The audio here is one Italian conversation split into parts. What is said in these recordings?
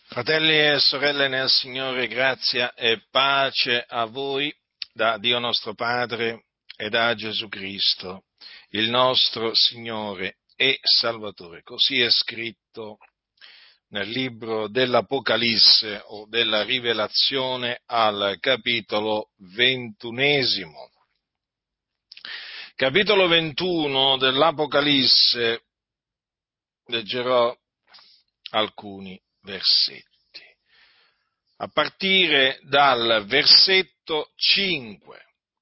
Fratelli e sorelle nel Signore, grazia e pace a voi da Dio nostro Padre e da Gesù Cristo, il nostro Signore e Salvatore. Così è scritto nel libro dell'Apocalisse o della Rivelazione al capitolo 21. Capitolo 21 dell'Apocalisse, leggerò alcuni versetti. A partire dal versetto 5.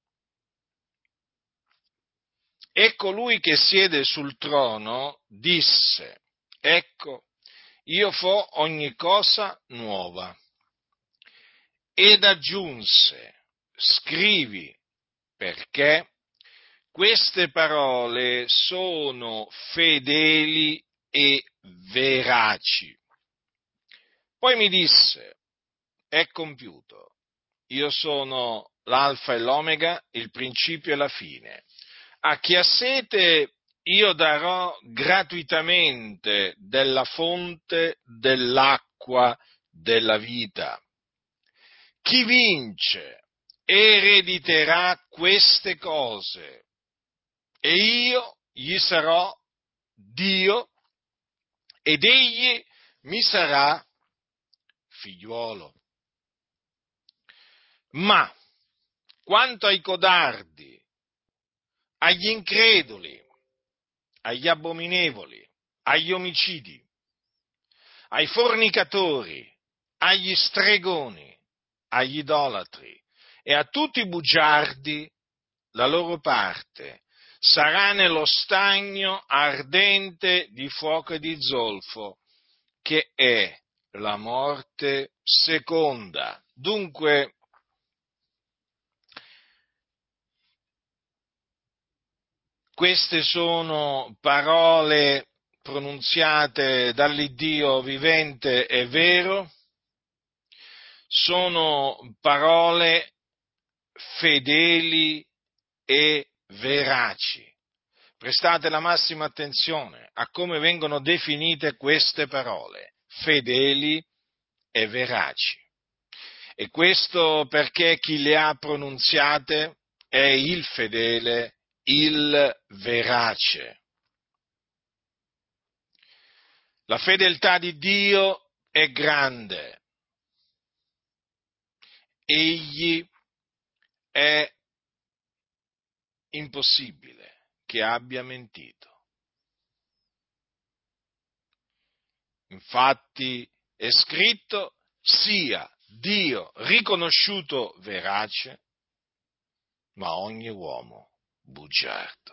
E colui che siede sul trono disse: Ecco, io fo ogni cosa nuova. Ed aggiunse: Scrivi, perché queste parole sono fedeli e veraci. Poi mi disse: È compiuto. Io sono l'alfa e l'omega, il principio e la fine. A chi ha sete io darò gratuitamente della fonte dell'acqua della vita. Chi vince erediterà queste cose e io gli sarò Dio ed egli mi sarà figliuolo. Ma quanto ai codardi, agli increduli, agli abominevoli, agli omicidi, ai fornicatori, agli stregoni, agli idolatri e a tutti i bugiardi, la loro parte sarà nello stagno ardente di fuoco e di zolfo, che è la morte seconda. Dunque, queste sono parole pronunziate dall'Iddio vivente e vero, sono parole fedeli e veraci. Prestate la massima attenzione a come vengono definite queste parole, fedeli e veraci. E questo perché chi le ha pronunziate è il fedele, il verace. La fedeltà di Dio è grande. Egli è impossibile che abbia mentito. Infatti è scritto: sia Dio riconosciuto verace, ma ogni uomo bugiardo.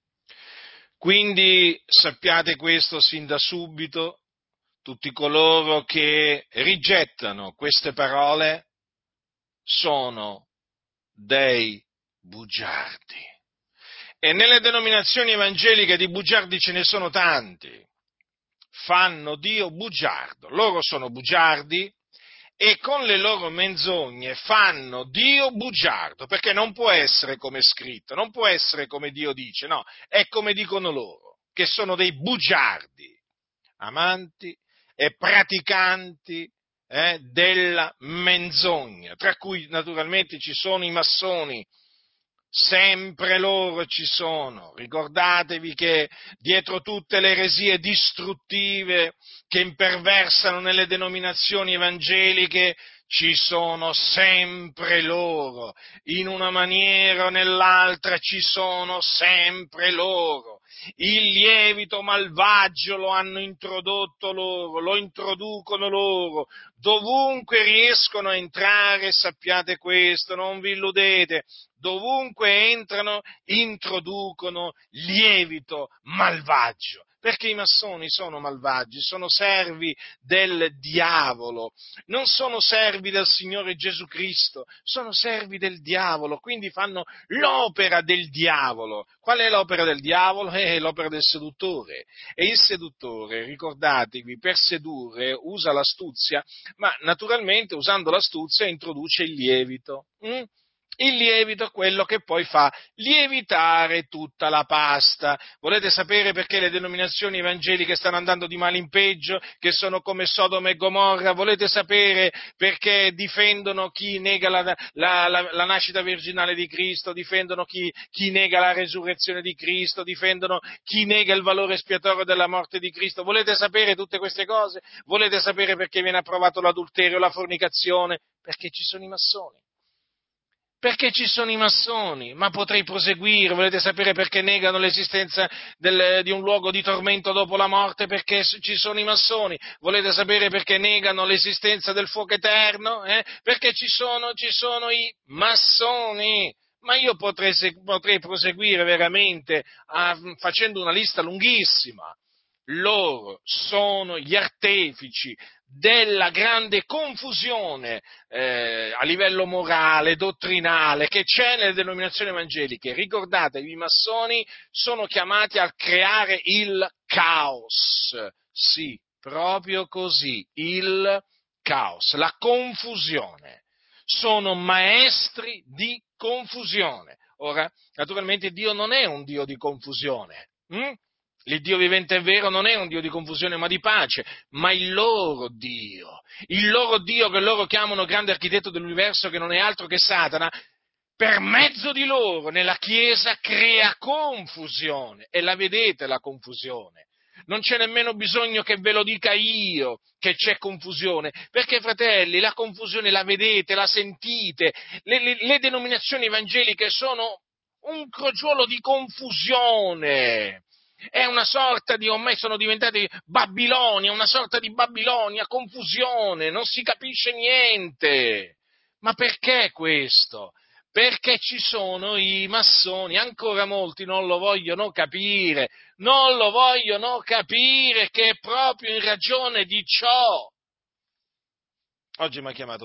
Quindi sappiate questo sin da subito, tutti coloro che rigettano queste parole sono dei bugiardi. E nelle denominazioni evangeliche di bugiardi ce ne sono tanti. Fanno Dio bugiardo. Loro sono bugiardi e con le loro menzogne fanno Dio bugiardo, perché non può essere come è scritto, non può essere come Dio dice, no, è come dicono loro, che sono dei bugiardi, amanti e praticanti della menzogna, tra cui naturalmente ci sono i massoni. Sempre loro ci sono. Ricordatevi che dietro tutte le eresie distruttive che imperversano nelle denominazioni evangeliche ci sono sempre loro. In una maniera o nell'altra ci sono sempre loro. Il lievito malvagio lo hanno introdotto loro, lo introducono loro. Dovunque riescono a entrare, sappiate questo, non vi illudete. Dovunque entrano, introducono lievito malvagio, perché i massoni sono malvagi, sono servi del diavolo, non sono servi del Signore Gesù Cristo, sono servi del diavolo, quindi fanno l'opera del diavolo. Qual è l'opera del diavolo? È l'opera del seduttore, e il seduttore, ricordatevi, per sedurre usa l'astuzia, ma naturalmente usando l'astuzia introduce il lievito. Il lievito è quello che poi fa lievitare tutta la pasta. Volete sapere perché le denominazioni evangeliche stanno andando di male in peggio, che sono come Sodoma e Gomorra? Volete sapere perché difendono chi nega la nascita virginale di Cristo, difendono chi nega la resurrezione di Cristo, difendono chi nega il valore espiatorio della morte di Cristo? Volete sapere tutte queste cose? Volete sapere perché viene approvato l'adulterio, la fornicazione? Perché ci sono i massoni. Perché ci sono i massoni, ma potrei proseguire, volete sapere perché negano l'esistenza di un luogo di tormento dopo la morte? Perché ci sono i massoni, volete sapere perché negano l'esistenza del fuoco eterno? Perché ci sono i massoni. Ma io potrei proseguire veramente facendo una lista lunghissima. Loro sono gli artefici della grande confusione a livello morale, dottrinale, che c'è nelle denominazioni evangeliche. Ricordatevi, i massoni sono chiamati a creare il caos. Sì, proprio così, il caos, la confusione. Sono maestri di confusione. Ora, naturalmente Dio non è un Dio di confusione. L'Iddio vivente e vero non è un Dio di confusione ma di pace, ma il loro Dio che loro chiamano grande architetto dell'universo, che non è altro che Satana, per mezzo di loro nella Chiesa crea confusione. E la vedete la confusione? Non c'è nemmeno bisogno che ve lo dica io che c'è confusione, perché fratelli, la confusione la vedete, la sentite, le denominazioni evangeliche sono un crogiuolo di confusione. È una sorta di, ormai sono diventati Babilonia, una sorta di Babilonia, confusione, non si capisce niente. Ma perché questo? Perché ci sono i massoni, ancora molti non lo vogliono capire che è proprio in ragione di ciò. Oggi mi ha chiamato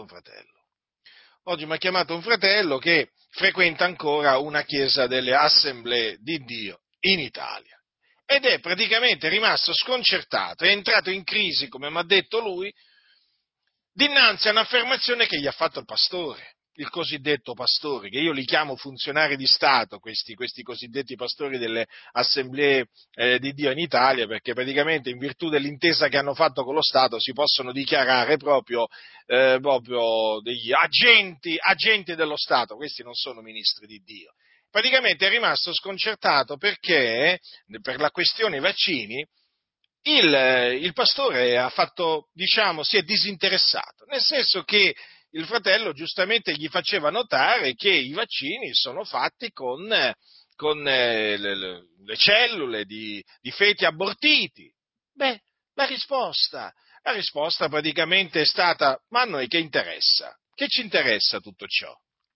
un fratello che frequenta ancora una chiesa delle Assemblee di Dio in Italia ed è praticamente rimasto sconcertato, è entrato in crisi, come mi ha detto lui, dinanzi a un'affermazione che gli ha fatto il pastore, il cosiddetto pastore, che io li chiamo funzionari di Stato, questi cosiddetti pastori delle assemblee di Dio in Italia, perché praticamente in virtù dell'intesa che hanno fatto con lo Stato si possono dichiarare proprio degli agenti dello Stato, questi non sono ministri di Dio. Praticamente è rimasto sconcertato perché, per la questione vaccini, il pastore ha fatto, diciamo, si è disinteressato, nel senso che il fratello giustamente gli faceva notare che i vaccini sono fatti con le cellule di feti abortiti. Beh, la risposta praticamente è stata: ma a noi che interessa? Che ci interessa tutto ciò?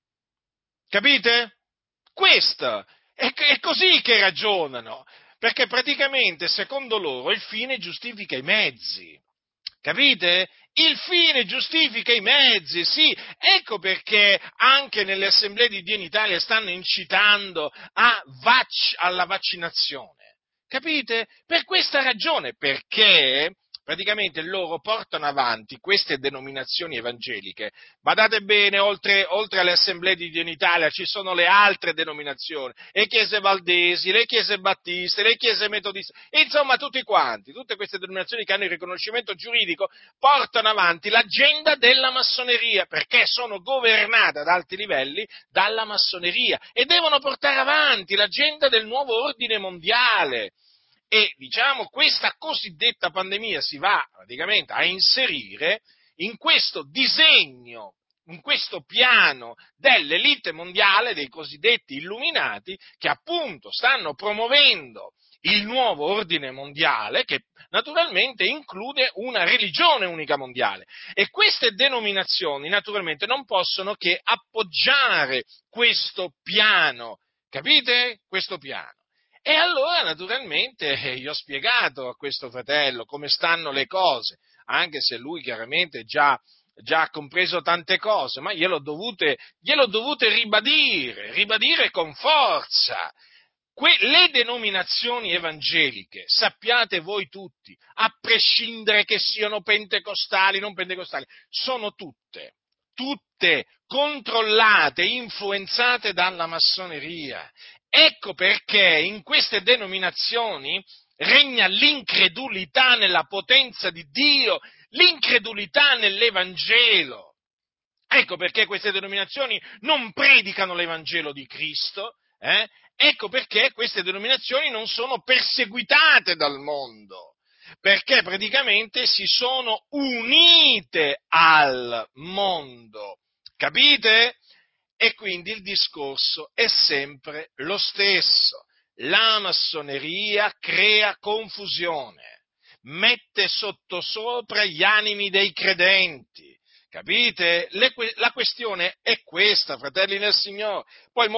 Capite? Questo è così che ragionano, perché praticamente secondo loro il fine giustifica i mezzi. Capite? Il fine giustifica i mezzi, sì, ecco perché anche nelle assemblee di Dio in Italia stanno incitando alla vaccinazione. Capite? Per questa ragione, perché praticamente loro portano avanti queste denominazioni evangeliche. Badate bene, oltre alle assemblee di Dio in Italia ci sono le altre denominazioni, le chiese valdesi, le chiese battiste, le chiese metodiste, insomma tutti quanti, tutte queste denominazioni che hanno il riconoscimento giuridico portano avanti l'agenda della massoneria, perché sono governate ad alti livelli dalla massoneria e devono portare avanti l'agenda del nuovo ordine mondiale. E diciamo questa cosiddetta pandemia si va praticamente a inserire in questo disegno, in questo piano dell'elite mondiale, dei cosiddetti illuminati, che appunto stanno promuovendo il nuovo ordine mondiale, che naturalmente include una religione unica mondiale. E queste denominazioni naturalmente non possono che appoggiare questo piano, capite? Questo piano. E allora, naturalmente, io ho spiegato a questo fratello come stanno le cose, anche se lui chiaramente già ha compreso tante cose, ma gliel'ho dovute ribadire con forza. Le denominazioni evangeliche, sappiate voi tutti, a prescindere che siano pentecostali, non pentecostali, sono tutte controllate, influenzate dalla massoneria. Ecco perché in queste denominazioni regna l'incredulità nella potenza di Dio, l'incredulità nell'Evangelo. Ecco perché queste denominazioni non predicano l'Evangelo di Cristo, ecco perché queste denominazioni non sono perseguitate dal mondo, perché praticamente si sono unite al mondo, capite? E quindi il discorso è sempre lo stesso. La massoneria crea confusione, mette sottosopra gli animi dei credenti. Capite? La questione è questa, fratelli nel Signore. Poi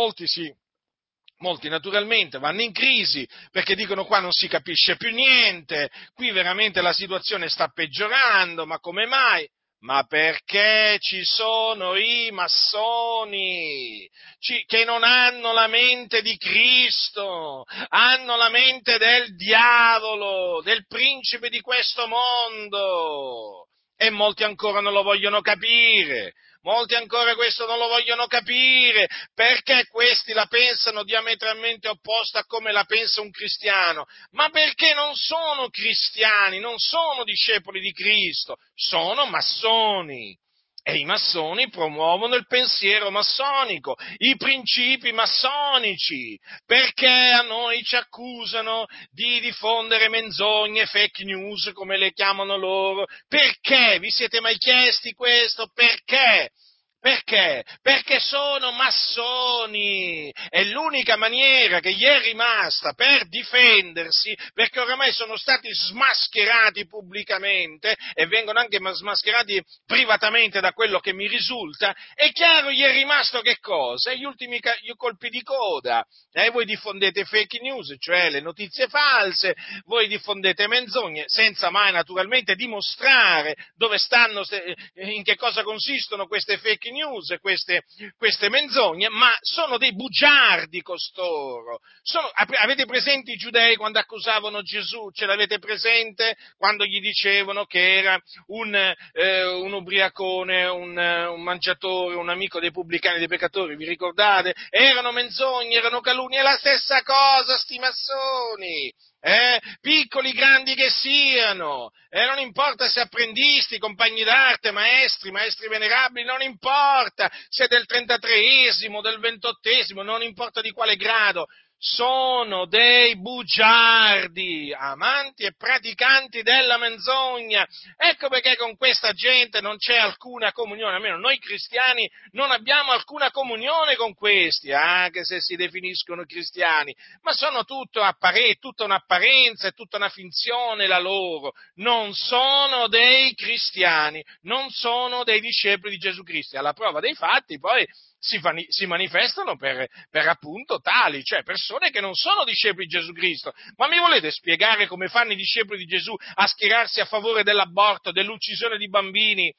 molti naturalmente vanno in crisi perché dicono qua non si capisce più niente, qui veramente la situazione sta peggiorando, ma come mai? Ma perché ci sono i massoni che non hanno la mente di Cristo, hanno la mente del diavolo, del principe di questo mondo. E molti ancora non lo vogliono capire, molti ancora questo non lo vogliono capire, perché questi la pensano diametralmente opposta a come la pensa un cristiano, ma perché non sono cristiani, non sono discepoli di Cristo, sono massoni. E i massoni promuovono il pensiero massonico, i principi massonici, perché a noi ci accusano di diffondere menzogne, fake news, come le chiamano loro. Perché? Vi siete mai chiesti questo? Perché? Perché? Perché sono massoni, è l'unica maniera che gli è rimasta per difendersi, perché oramai sono stati smascherati pubblicamente e vengono anche smascherati privatamente da quello che mi risulta, è chiaro gli è rimasto che cosa? Gli ultimi colpi di coda, voi diffondete fake news, cioè le notizie false, voi diffondete menzogne, senza mai naturalmente dimostrare dove stanno, in che cosa consistono queste fake news, queste menzogne, ma sono dei bugiardi costoro. Avete presente i giudei quando accusavano Gesù? Ce l'avete presente? Quando gli dicevano che era un ubriacone, un mangiatore, un amico dei pubblicani e dei peccatori, vi ricordate? Erano menzogne, erano calunnie, è la stessa cosa, sti massoni! Piccoli, grandi che siano, non importa se apprendisti, compagni d'arte, maestri venerabili, non importa se del 33esimo, del 28esimo, non importa di quale grado, sono dei bugiardi, amanti e praticanti della menzogna. Ecco perché con questa gente non c'è alcuna comunione, almeno noi cristiani non abbiamo alcuna comunione con questi, anche se si definiscono cristiani, ma sono tutta un'apparenza, è tutta una finzione la loro, non sono dei cristiani, non sono dei discepoli di Gesù Cristo, e alla prova dei fatti poi si manifestano per appunto tali, cioè persone che non sono discepoli di Gesù Cristo. Ma mi volete spiegare come fanno i discepoli di Gesù a schierarsi a favore dell'aborto, dell'uccisione di bambini,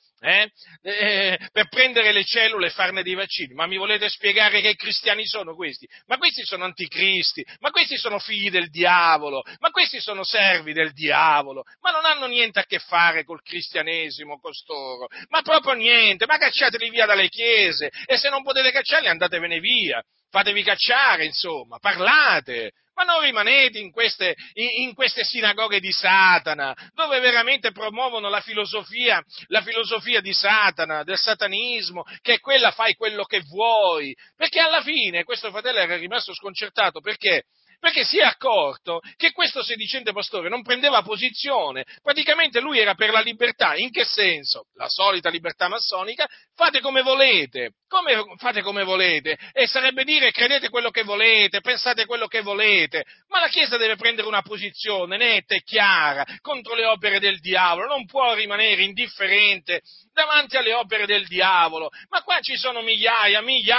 per prendere le cellule e farne dei vaccini? Ma mi volete spiegare che cristiani sono questi? Ma questi sono anticristi, ma questi sono figli del diavolo, ma questi sono servi del diavolo, ma non hanno niente a che fare col cristianesimo costoro, ma proprio niente, ma cacciateli via dalle chiese, e se non potete cacciarli andatevene via, fatevi cacciare, insomma, parlate, ma non rimanete in queste sinagoghe di Satana, dove veramente promuovono la filosofia di Satana, del satanismo, che è quella fai quello che vuoi, perché alla fine questo fratello era rimasto sconcertato, perché si è accorto che questo sedicente pastore non prendeva posizione, praticamente lui era per la libertà. In che senso? La solita libertà massonica, fate come volete, fate come volete, e sarebbe dire credete quello che volete, pensate quello che volete, ma la Chiesa deve prendere una posizione netta e chiara contro le opere del diavolo, non può rimanere indifferente davanti alle opere del diavolo, ma qua ci sono migliaia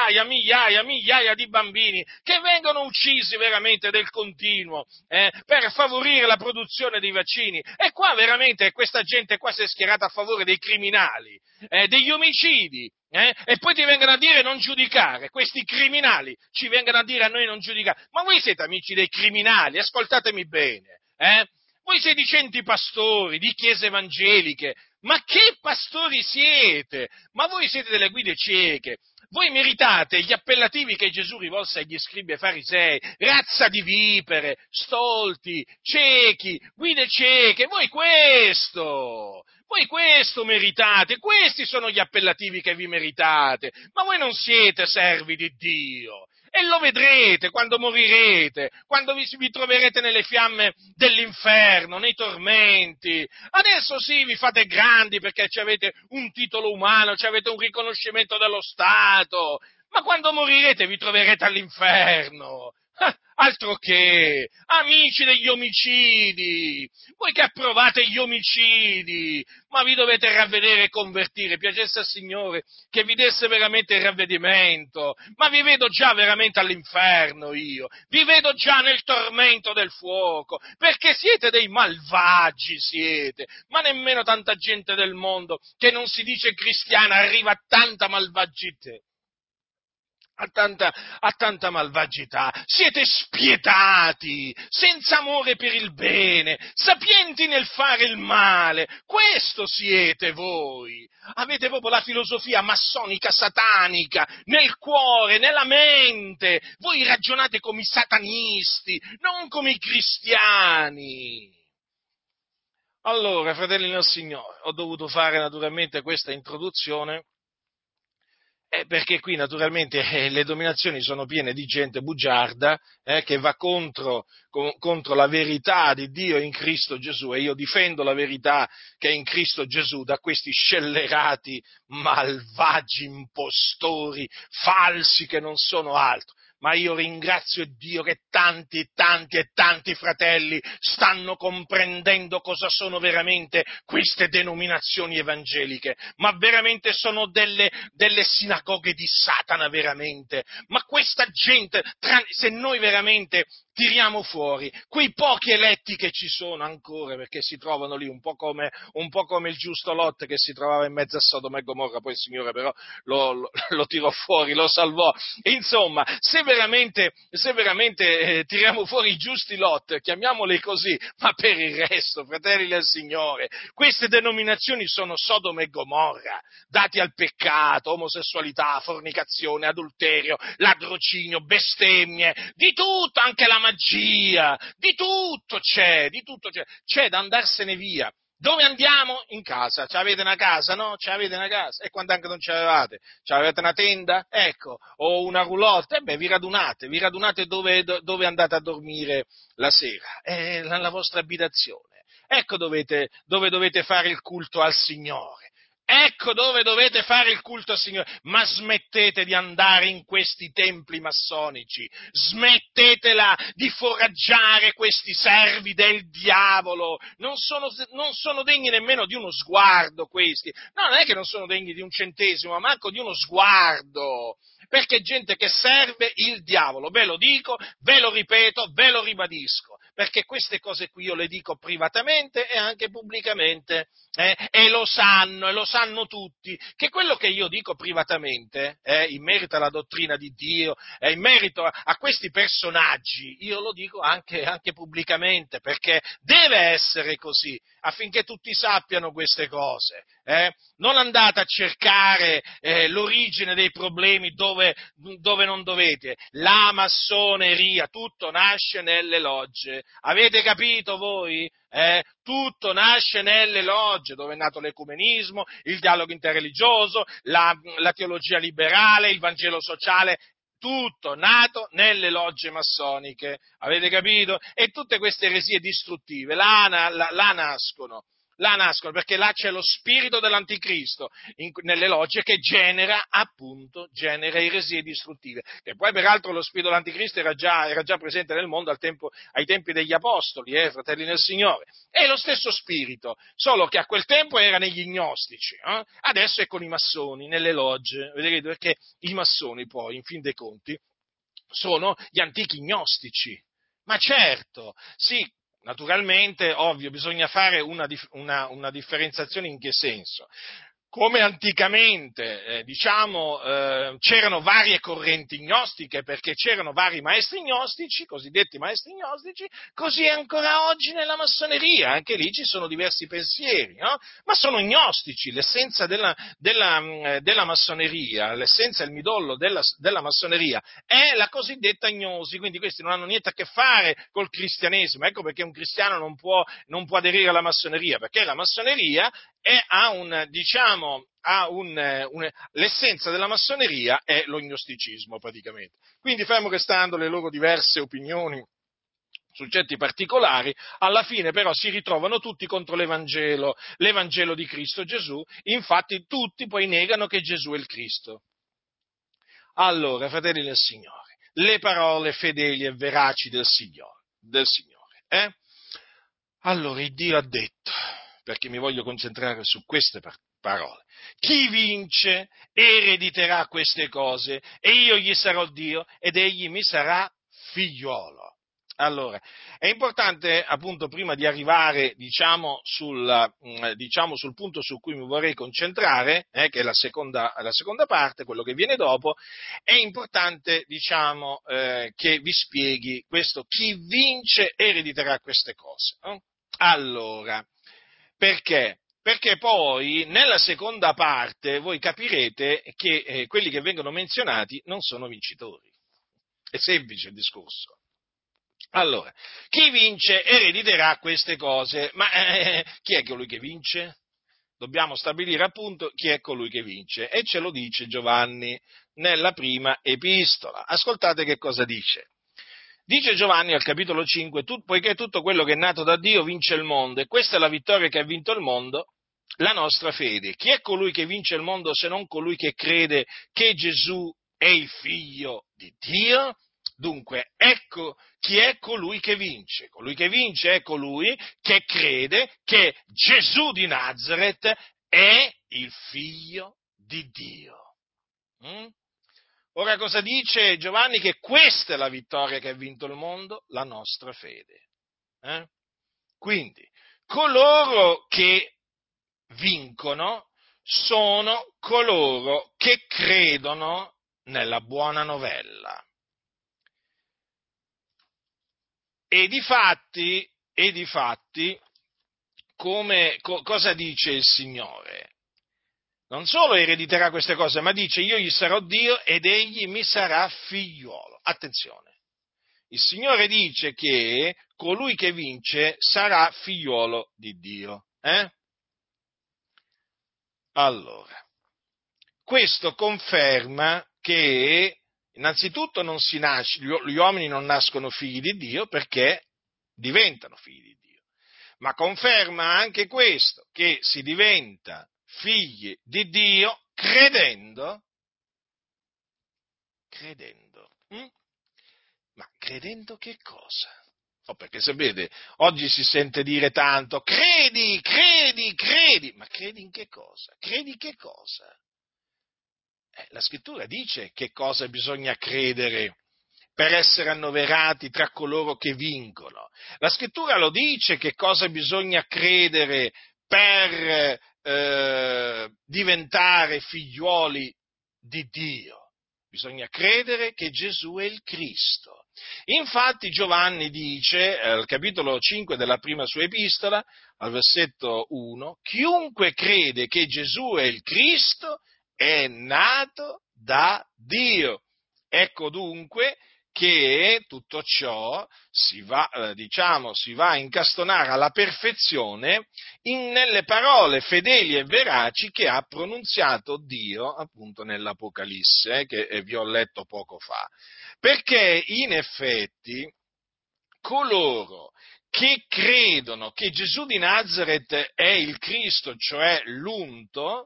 di bambini che vengono uccisi veramente del continuo, per favorire la produzione dei vaccini, e qua veramente questa gente qua si è schierata a favore dei criminali, degli omicidi, e poi ti vengono a dire non giudicare, questi criminali ci vengono a dire a noi non giudicare, ma voi siete amici dei criminali, ascoltatemi bene, voi sedicenti pastori di chiese evangeliche, Ma che pastori siete? Ma voi siete delle guide cieche. Voi meritate gli appellativi che Gesù rivolse agli scribi e ai farisei: razza di vipere, stolti, ciechi, guide cieche. Voi questo meritate, questi sono gli appellativi che vi meritate, ma voi non siete servi di Dio. E lo vedrete quando morirete, quando vi troverete nelle fiamme dell'inferno, nei tormenti. Adesso sì, vi fate grandi perché avete un titolo umano, avete un riconoscimento dello Stato, ma quando morirete vi troverete all'inferno. Altro che amici degli omicidi, voi che approvate gli omicidi, ma vi dovete ravvedere e convertire, piacesse al Signore che vi desse veramente il ravvedimento, ma vi vedo già veramente all'inferno io, vi vedo già nel tormento del fuoco, perché siete dei malvagi, siete, ma nemmeno tanta gente del mondo che non si dice cristiana arriva a tanta malvagità. A tanta malvagità, siete spietati, senza amore per il bene, sapienti nel fare il male, questo siete voi. Avete proprio la filosofia massonica satanica nel cuore, nella mente, voi ragionate come i satanisti, non come i cristiani. Allora, fratelli del Signore, ho dovuto fare naturalmente questa introduzione perché qui naturalmente le dominazioni sono piene di gente bugiarda che va contro la verità di Dio in Cristo Gesù, e io difendo la verità che è in Cristo Gesù da questi scellerati, malvagi, impostori, falsi che non sono altro. Ma io ringrazio Dio che tanti e tanti fratelli stanno comprendendo cosa sono veramente queste denominazioni evangeliche, ma veramente sono delle sinagoghe di Satana, veramente. Ma questa gente, se noi veramente tiriamo fuori quei pochi eletti che ci sono ancora, perché si trovano lì un po' come il giusto Lot che si trovava in mezzo a Sodoma e Gomorra, poi il Signore però lo tirò fuori, lo salvò. Insomma, se veramente tiriamo fuori i giusti Lot, chiamiamoli così, ma per il resto, fratelli del Signore, queste denominazioni sono Sodoma e Gomorra, dati al peccato, omosessualità, fornicazione, adulterio, ladrocinio, bestemmie, di tutto, anche la magia, di tutto c'è, c'è da andarsene via. Dove andiamo? In casa. C'avete una casa, no? C'avete una casa. E quando anche non c'avevate? C'avete una tenda? Ecco. O una roulotte? Vi radunate dove andate a dormire la sera. È la vostra abitazione. Ecco dove dovete fare il culto al Signore. Ecco dove dovete fare il culto al Signore, ma smettete di andare in questi templi massonici, smettetela di foraggiare questi servi del diavolo, non sono degni nemmeno di uno sguardo questi, no, non è che non sono degni di un centesimo, ma manco di uno sguardo, perché è gente che serve il diavolo, ve lo dico, ve lo ripeto, ve lo ribadisco, perché queste cose qui io le dico privatamente e anche pubblicamente, e lo sanno tutti, che quello che io dico privatamente, in merito alla dottrina di Dio, in merito a questi personaggi, io lo dico anche pubblicamente, perché deve essere così, affinché tutti sappiano queste cose. Non andate a cercare l'origine dei problemi dove non dovete. La massoneria, tutto nasce nelle logge. Avete capito voi? Tutto nasce nelle logge, dove è nato l'ecumenismo, il dialogo interreligioso, la teologia liberale, il Vangelo sociale, tutto nato nelle logge massoniche, avete capito? E tutte queste eresie distruttive là nascono, perché là c'è lo spirito dell'anticristo nelle logge che genera eresie distruttive, che poi peraltro lo spirito dell'anticristo era già presente nel mondo ai tempi degli apostoli, fratelli nel Signore, è lo stesso spirito, solo che a quel tempo era negli gnostici, adesso è con i massoni, nelle logge, vedete, perché i massoni poi, in fin dei conti, sono gli antichi gnostici, ma certo, sì. Naturalmente, ovvio, bisogna fare una differenziazione in che senso? come anticamente, c'erano varie correnti gnostiche, perché c'erano vari maestri gnostici, cosiddetti maestri gnostici, così è ancora oggi nella massoneria, anche lì ci sono diversi pensieri, no? Ma sono gnostici, l'essenza della massoneria, l'essenza, il midollo della massoneria è la cosiddetta gnosi, quindi questi non hanno niente a che fare col cristianesimo, ecco perché un cristiano non può aderire alla massoneria, perché la massoneria l'essenza della massoneria è lo gnosticismo praticamente. Quindi fermo restando le loro diverse opinioni su certi particolari, alla fine però si ritrovano tutti contro l'Evangelo di Cristo Gesù, infatti tutti poi negano che Gesù è il Cristo. Allora, fratelli del Signore, le parole fedeli e veraci del Signore. Allora, il Dio ha detto, perché mi voglio concentrare su queste parole, chi vince erediterà queste cose e io gli sarò Dio ed egli mi sarà figliuolo. Allora, è importante, appunto, prima di arrivare, sul punto su cui mi vorrei concentrare, che è la seconda parte, quello che viene dopo, è importante, che vi spieghi questo, chi vince erediterà queste cose. Allora, perché? Perché poi nella seconda parte voi capirete che quelli che vengono menzionati non sono vincitori. È semplice il discorso. Allora, chi vince erediterà queste cose, ma chi è colui che vince? Dobbiamo stabilire appunto chi è colui che vince e ce lo dice Giovanni nella prima epistola. Ascoltate che cosa dice. Dice Giovanni al capitolo 5, poiché tutto quello che è nato da Dio vince il mondo e questa è la vittoria che ha vinto il mondo, la nostra fede. Chi è colui che vince il mondo se non colui che crede che Gesù è il figlio di Dio? Dunque, ecco chi è colui che vince. Colui che vince è colui che crede che Gesù di Nazaret è il figlio di Dio. Ora cosa dice Giovanni? Che questa è la vittoria che ha vinto il mondo, la nostra fede. Quindi, coloro che vincono sono coloro che credono nella buona novella. E difatti, cosa dice il Signore? Non solo erediterà queste cose, ma dice io gli sarò Dio ed egli mi sarà figliuolo. Attenzione, il Signore dice che colui che vince sarà figliuolo di Dio. Allora, questo conferma che innanzitutto non si nasce, gli uomini non nascono figli di Dio perché diventano figli di Dio, ma conferma anche questo, che si diventa figli di Dio credendo. Ma credendo che cosa? Perché sapete, oggi si sente dire tanto, credi, ma credi in che cosa? Credi che cosa? La scrittura dice che cosa bisogna credere per essere annoverati tra coloro che vincono. La scrittura lo dice che cosa bisogna credere per diventare figliuoli di Dio. Bisogna credere che Gesù è il Cristo. Infatti Giovanni dice, al capitolo 5 della prima sua epistola, al versetto 1, chiunque crede che Gesù è il Cristo è nato da Dio. Ecco dunque che tutto ciò si va a incastonare alla perfezione nelle parole fedeli e veraci che ha pronunziato Dio appunto nell'Apocalisse, che vi ho letto poco fa. Perché in effetti coloro che credono che Gesù di Nazaret è il Cristo, cioè l'unto,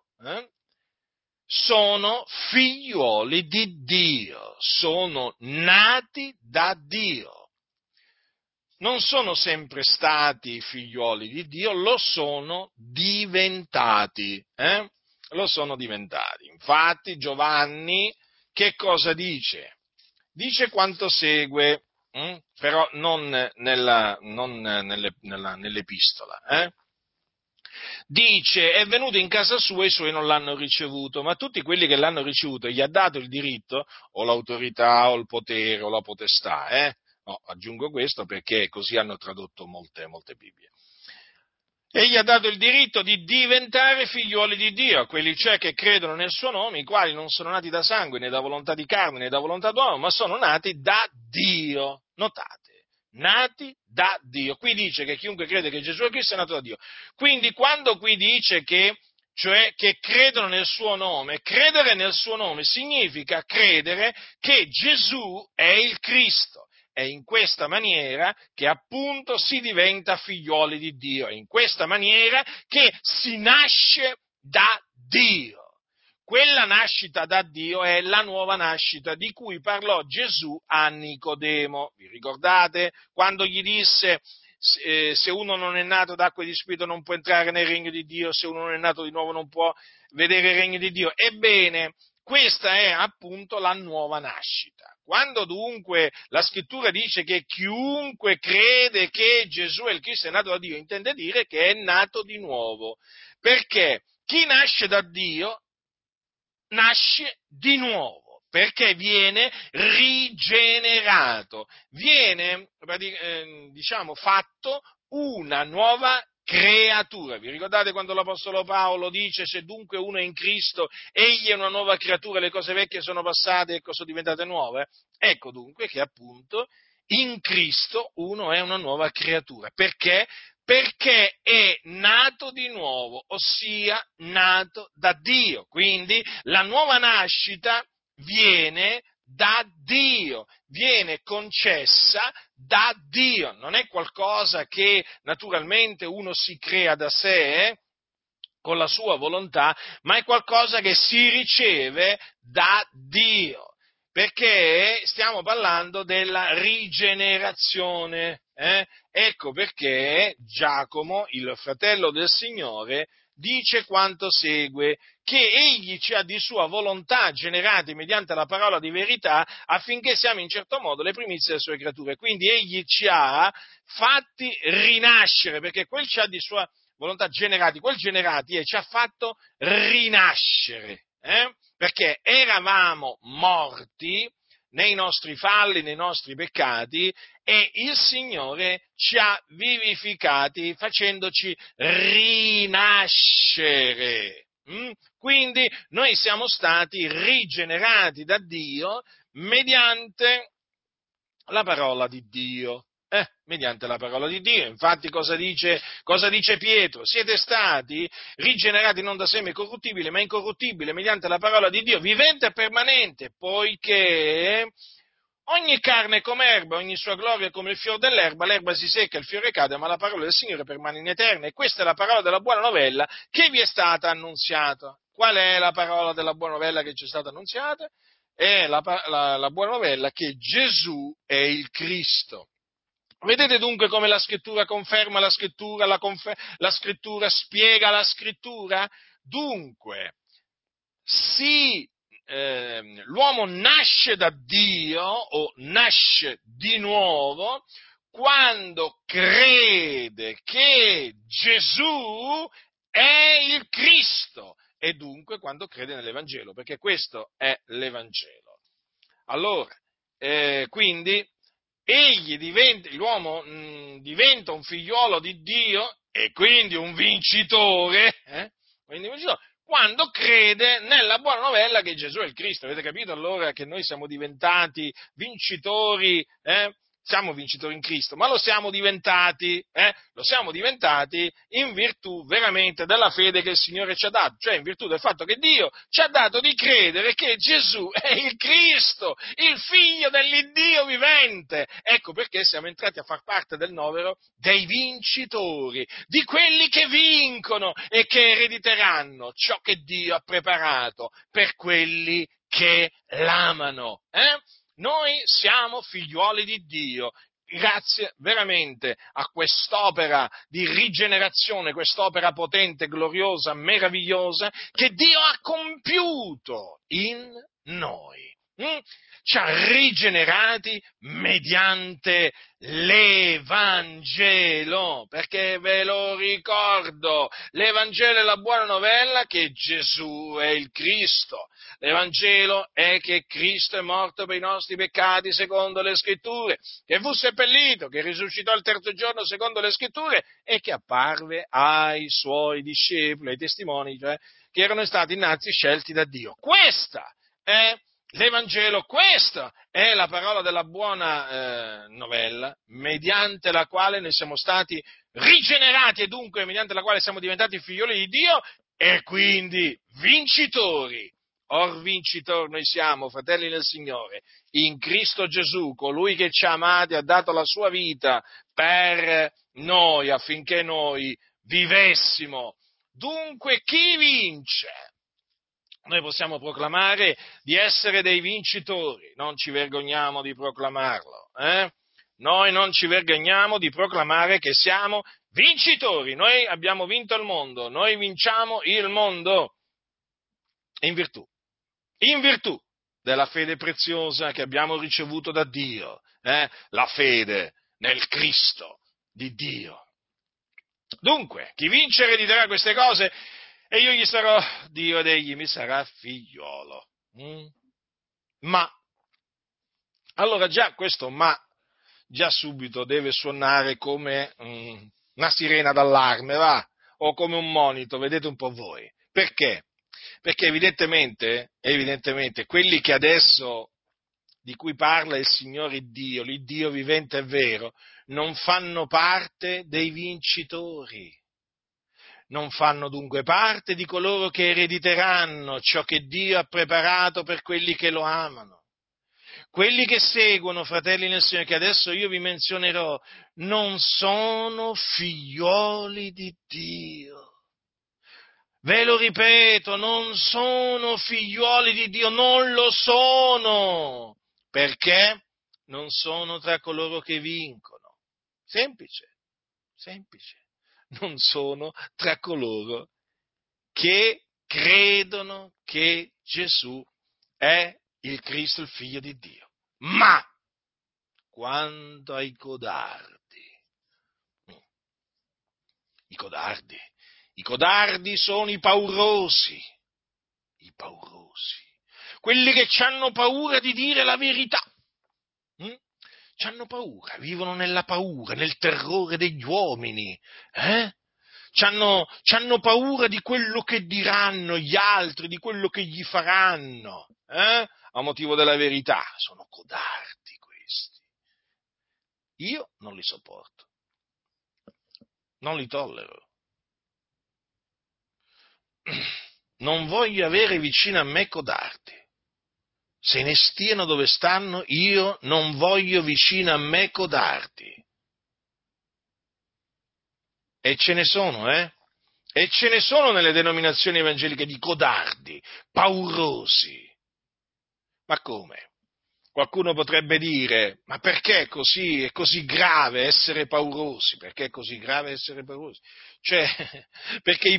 sono figliuoli di Dio, sono nati da Dio. Non sono sempre stati figliuoli di Dio, lo sono diventati. Lo sono diventati. Infatti Giovanni che cosa dice? Dice quanto segue, però non nell'epistola. dice: è venuto in casa sua e i suoi non l'hanno ricevuto, ma tutti quelli che l'hanno ricevuto gli ha dato il diritto, o l'autorità, o il potere, o la potestà, No, aggiungo questo perché così hanno tradotto molte Bibbie. E gli ha dato il diritto di diventare figliuoli di Dio, a quelli cioè che credono nel suo nome, i quali non sono nati da sangue, né da volontà di carne, né da volontà d'uomo, ma sono nati da Dio. Notate, nati da Dio. Qui dice che chiunque crede che Gesù è Cristo è nato da Dio. Quindi quando qui dice cioè che credono nel suo nome, credere nel suo nome significa credere che Gesù è il Cristo. È in questa maniera che appunto si diventa figlioli di Dio, è in questa maniera che si nasce da Dio. Quella nascita da Dio è la nuova nascita di cui parlò Gesù a Nicodemo. Vi ricordate quando gli disse: se uno non è nato d'acqua e di spirito non può entrare nel regno di Dio, se uno non è nato di nuovo non può vedere il regno di Dio? Ebbene, questa è appunto la nuova nascita. Quando dunque la scrittura dice che chiunque crede che Gesù è il Cristo è nato da Dio, intende dire che è nato di nuovo, perché chi nasce da Dio nasce di nuovo, perché viene rigenerato, viene fatto una nuova creatura. Vi ricordate quando l'Apostolo Paolo dice: se dunque uno è in Cristo, egli è una nuova creatura, le cose vecchie sono passate e sono diventate nuove? Ecco dunque che appunto in Cristo uno è una nuova creatura. Perché? Perché è nato di nuovo, ossia nato da Dio. Quindi la nuova nascita viene da Dio, viene concessa da Dio, non è qualcosa che naturalmente uno si crea da sé, con la sua volontà, ma è qualcosa che si riceve da Dio, perché stiamo parlando della rigenerazione. Ecco perché Giacomo, il fratello del Signore, dice quanto segue: che egli ci ha di sua volontà generati mediante la parola di verità, affinché siamo in certo modo le primizie delle sue creature. Quindi egli ci ha fatti rinascere, perché quel ci ha di sua volontà generati, quel generati ci ha fatto rinascere, perché eravamo morti nei nostri falli, nei nostri peccati, e il Signore ci ha vivificati facendoci rinascere. Quindi noi siamo stati rigenerati da Dio mediante la parola di Dio. Mediante la parola di Dio. Infatti cosa dice Pietro? Siete stati rigenerati non da seme corruttibile, ma incorruttibile, mediante la parola di Dio, vivente e permanente, poiché ogni carne è come erba, ogni sua gloria è come il fior dell'erba, l'erba si secca, il fiore cade, ma la parola del Signore permane in eterno. E questa è la parola della buona novella che vi è stata annunziata. Qual è la parola della buona novella che ci è stata annunziata? È la buona novella che Gesù è il Cristo. Vedete dunque come la scrittura conferma la scrittura, la scrittura spiega la scrittura? Dunque, l'uomo nasce da Dio o nasce di nuovo quando crede che Gesù è il Cristo e dunque quando crede nell'Evangelo, perché questo è l'Evangelo. Allora, quindi l'uomo diventa un figliolo di Dio e quindi un vincitore, quando crede nella buona novella che Gesù è il Cristo. Avete capito allora che noi siamo diventati vincitori, siamo vincitori in Cristo, ma lo siamo diventati in virtù veramente della fede che il Signore ci ha dato, cioè in virtù del fatto che Dio ci ha dato di credere che Gesù è il Cristo, il Figlio dell'Iddio vivente. Ecco perché siamo entrati a far parte del novero dei vincitori, di quelli che vincono e che erediteranno ciò che Dio ha preparato per quelli che l'amano. Noi siamo figliuoli di Dio, grazie veramente a quest'opera di rigenerazione, quest'opera potente, gloriosa, meravigliosa, che Dio ha compiuto in noi. mm? Ci ha rigenerati mediante l'Evangelo, perché ve lo ricordo, l'Evangelo è la buona novella che Gesù è il Cristo, l'Evangelo è che Cristo è morto per i nostri peccati secondo le Scritture, che fu seppellito, che risuscitò il terzo giorno secondo le Scritture e che apparve ai suoi discepoli, ai testimoni, cioè, che erano stati innanzi scelti da Dio. Questa è l'Evangelo, questa è la parola della buona novella, mediante la quale noi siamo stati rigenerati e dunque mediante la quale siamo diventati figlioli di Dio e quindi vincitori. Or vincitori noi siamo, fratelli del Signore, in Cristo Gesù, colui che ci ha amati ha dato la sua vita per noi affinché noi vivessimo. Dunque chi vince? Noi possiamo proclamare di essere dei vincitori, non ci vergogniamo di proclamarlo, Noi non ci vergogniamo di proclamare che siamo vincitori, noi abbiamo vinto il mondo, noi vinciamo il mondo in virtù della fede preziosa che abbiamo ricevuto da Dio, la fede nel Cristo di Dio. Dunque, chi vince erediterà queste cose e io gli sarò Dio ed egli mi sarà figliolo. Ma, allora già questo ma, già subito deve suonare come una sirena d'allarme, va? O come un monito, vedete un po' voi. Perché? Perché evidentemente, quelli che adesso, di cui parla il Signore Dio, l'Iddio vivente e vero, non fanno parte dei vincitori. Non fanno dunque parte di coloro che erediteranno ciò che Dio ha preparato per quelli che lo amano. Quelli che seguono, fratelli nel Signore, che adesso io vi menzionerò, non sono figlioli di Dio. Ve lo ripeto, non sono figlioli di Dio, non lo sono, perché non sono tra coloro che vincono. Semplice. Non sono tra coloro che credono che Gesù è il Cristo, il Figlio di Dio. Ma quanto ai codardi, i codardi sono i paurosi, quelli che hanno paura di dire la verità. C'hanno paura, vivono nella paura, nel terrore degli uomini, C'hanno paura di quello che diranno gli altri, di quello che gli faranno, a motivo della verità. Sono codardi questi. Io non li sopporto, non li tollero. Non voglio avere vicino a me codardi. Se ne stiano dove stanno, io non voglio vicino a me codardi. E ce ne sono, E ce ne sono nelle denominazioni evangeliche di codardi, paurosi. Ma come? Qualcuno potrebbe dire, ma perché è così grave essere paurosi? Perché è così grave essere paurosi? Cioè, perché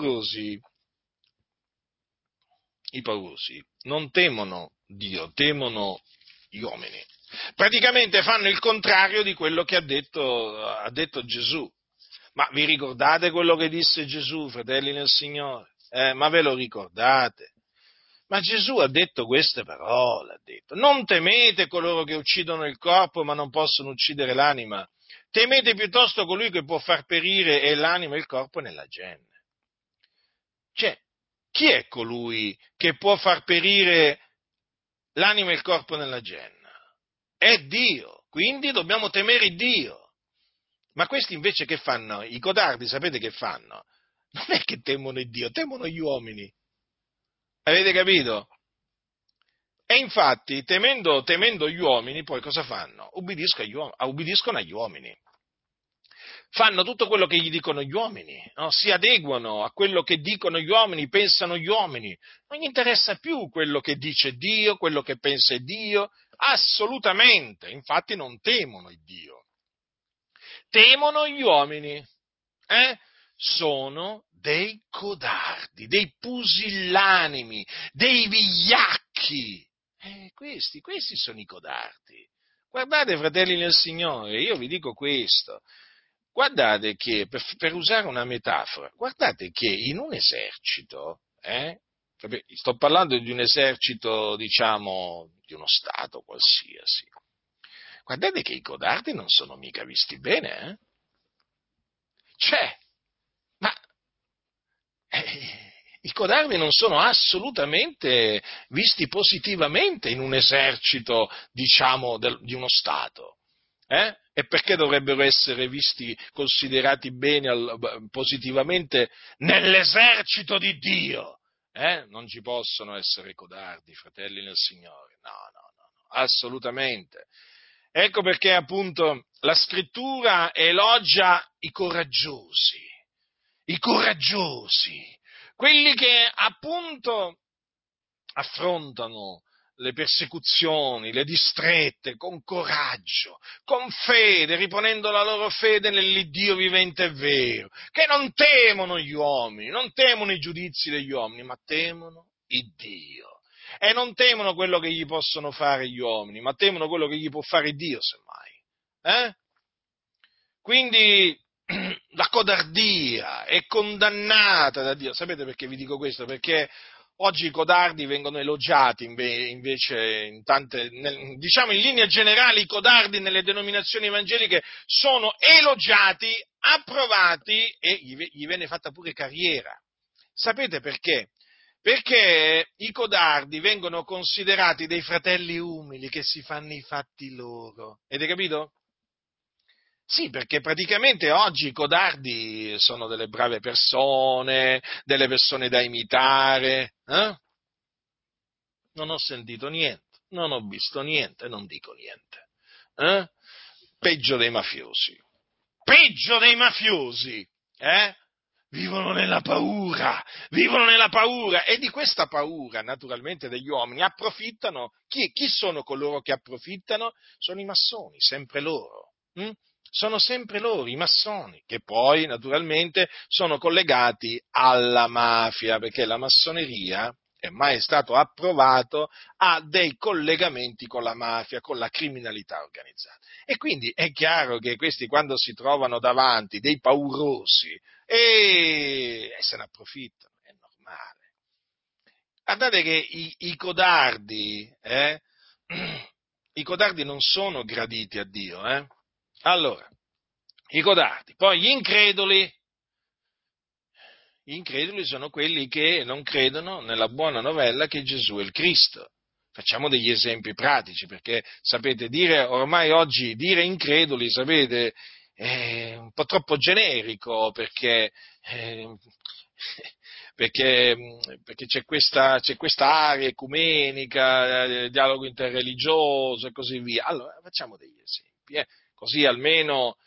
i paurosi non temono Dio, temono gli uomini. Praticamente fanno il contrario di quello che ha detto Gesù. Ma vi ricordate quello che disse Gesù, fratelli nel Signore? Ma ve lo ricordate? Ma Gesù ha detto queste parole, ha detto, non temete coloro che uccidono il corpo ma non possono uccidere l'anima, temete piuttosto colui che può far perire e l'anima e il corpo nella genne. Cioè, chi è colui che può far perire l'anima e il corpo nella genna? È Dio, quindi dobbiamo temere Dio. Ma questi invece che fanno? I codardi, sapete che fanno? Non è che temono il Dio, temono gli uomini. Avete capito? E infatti, temendo gli uomini, poi cosa fanno? Ubbidiscono agli uomini. Fanno tutto quello che gli dicono gli uomini, no? Si adeguano a quello che dicono gli uomini, pensano gli uomini. Non gli interessa più quello che dice Dio, quello che pensa Dio, assolutamente. Infatti non temono il Dio. Temono gli uomini, Sono dei codardi, dei pusillanimi, dei vigliacchi, Questi sono i codardi. Guardate, fratelli nel Signore, io vi dico questo. Guardate che, per usare una metafora, guardate che in un esercito, sto parlando di un esercito, diciamo, di uno Stato qualsiasi, guardate che i codardi non sono mica visti bene, Cioè, ma i codardi non sono assolutamente visti positivamente in un esercito, diciamo, di uno Stato. E perché dovrebbero essere visti, considerati bene, positivamente nell'esercito di Dio? Non ci possono essere codardi, fratelli nel Signore. No, no, no, no, assolutamente. Ecco perché appunto la scrittura elogia i coraggiosi, quelli che appunto affrontano le persecuzioni, le distrette con coraggio, con fede, riponendo la loro fede nell'Iddio vivente e vero, che non temono gli uomini, non temono i giudizi degli uomini, ma temono il Dio. E non temono quello che gli possono fare gli uomini, ma temono quello che gli può fare Dio, semmai. Quindi la codardia è condannata da Dio. Sapete perché vi dico questo? Perché oggi i codardi vengono elogiati invece diciamo in linea generale i codardi nelle denominazioni evangeliche sono elogiati, approvati e gli viene fatta pure carriera. Sapete perché? Perché i codardi vengono considerati dei fratelli umili che si fanno i fatti loro. Avete capito? Sì, perché praticamente oggi i codardi sono delle brave persone, delle persone da imitare. Non ho sentito niente, non ho visto niente, non dico niente. Eh? Peggio dei mafiosi. Peggio dei mafiosi. Vivono nella paura e di questa paura, naturalmente, degli uomini approfittano. Chi sono coloro che approfittano? Sono i massoni, sempre loro. Sono sempre loro, i massoni, che poi, naturalmente, sono collegati alla mafia, perché la massoneria è mai stato approvato a dei collegamenti con la mafia, con la criminalità organizzata. E quindi è chiaro che questi, quando si trovano davanti dei paurosi, e se ne approfittano, è normale. Guardate che i codardi non sono graditi a Dio, Allora, i codardi, poi gli increduli sono quelli che non credono nella buona novella che Gesù è il Cristo. Facciamo degli esempi pratici, perché sapete, ormai oggi dire increduli, sapete, è un po' troppo generico, eh, perché c'è questa area ecumenica, dialogo interreligioso e così via. Allora, facciamo degli esempi, così almeno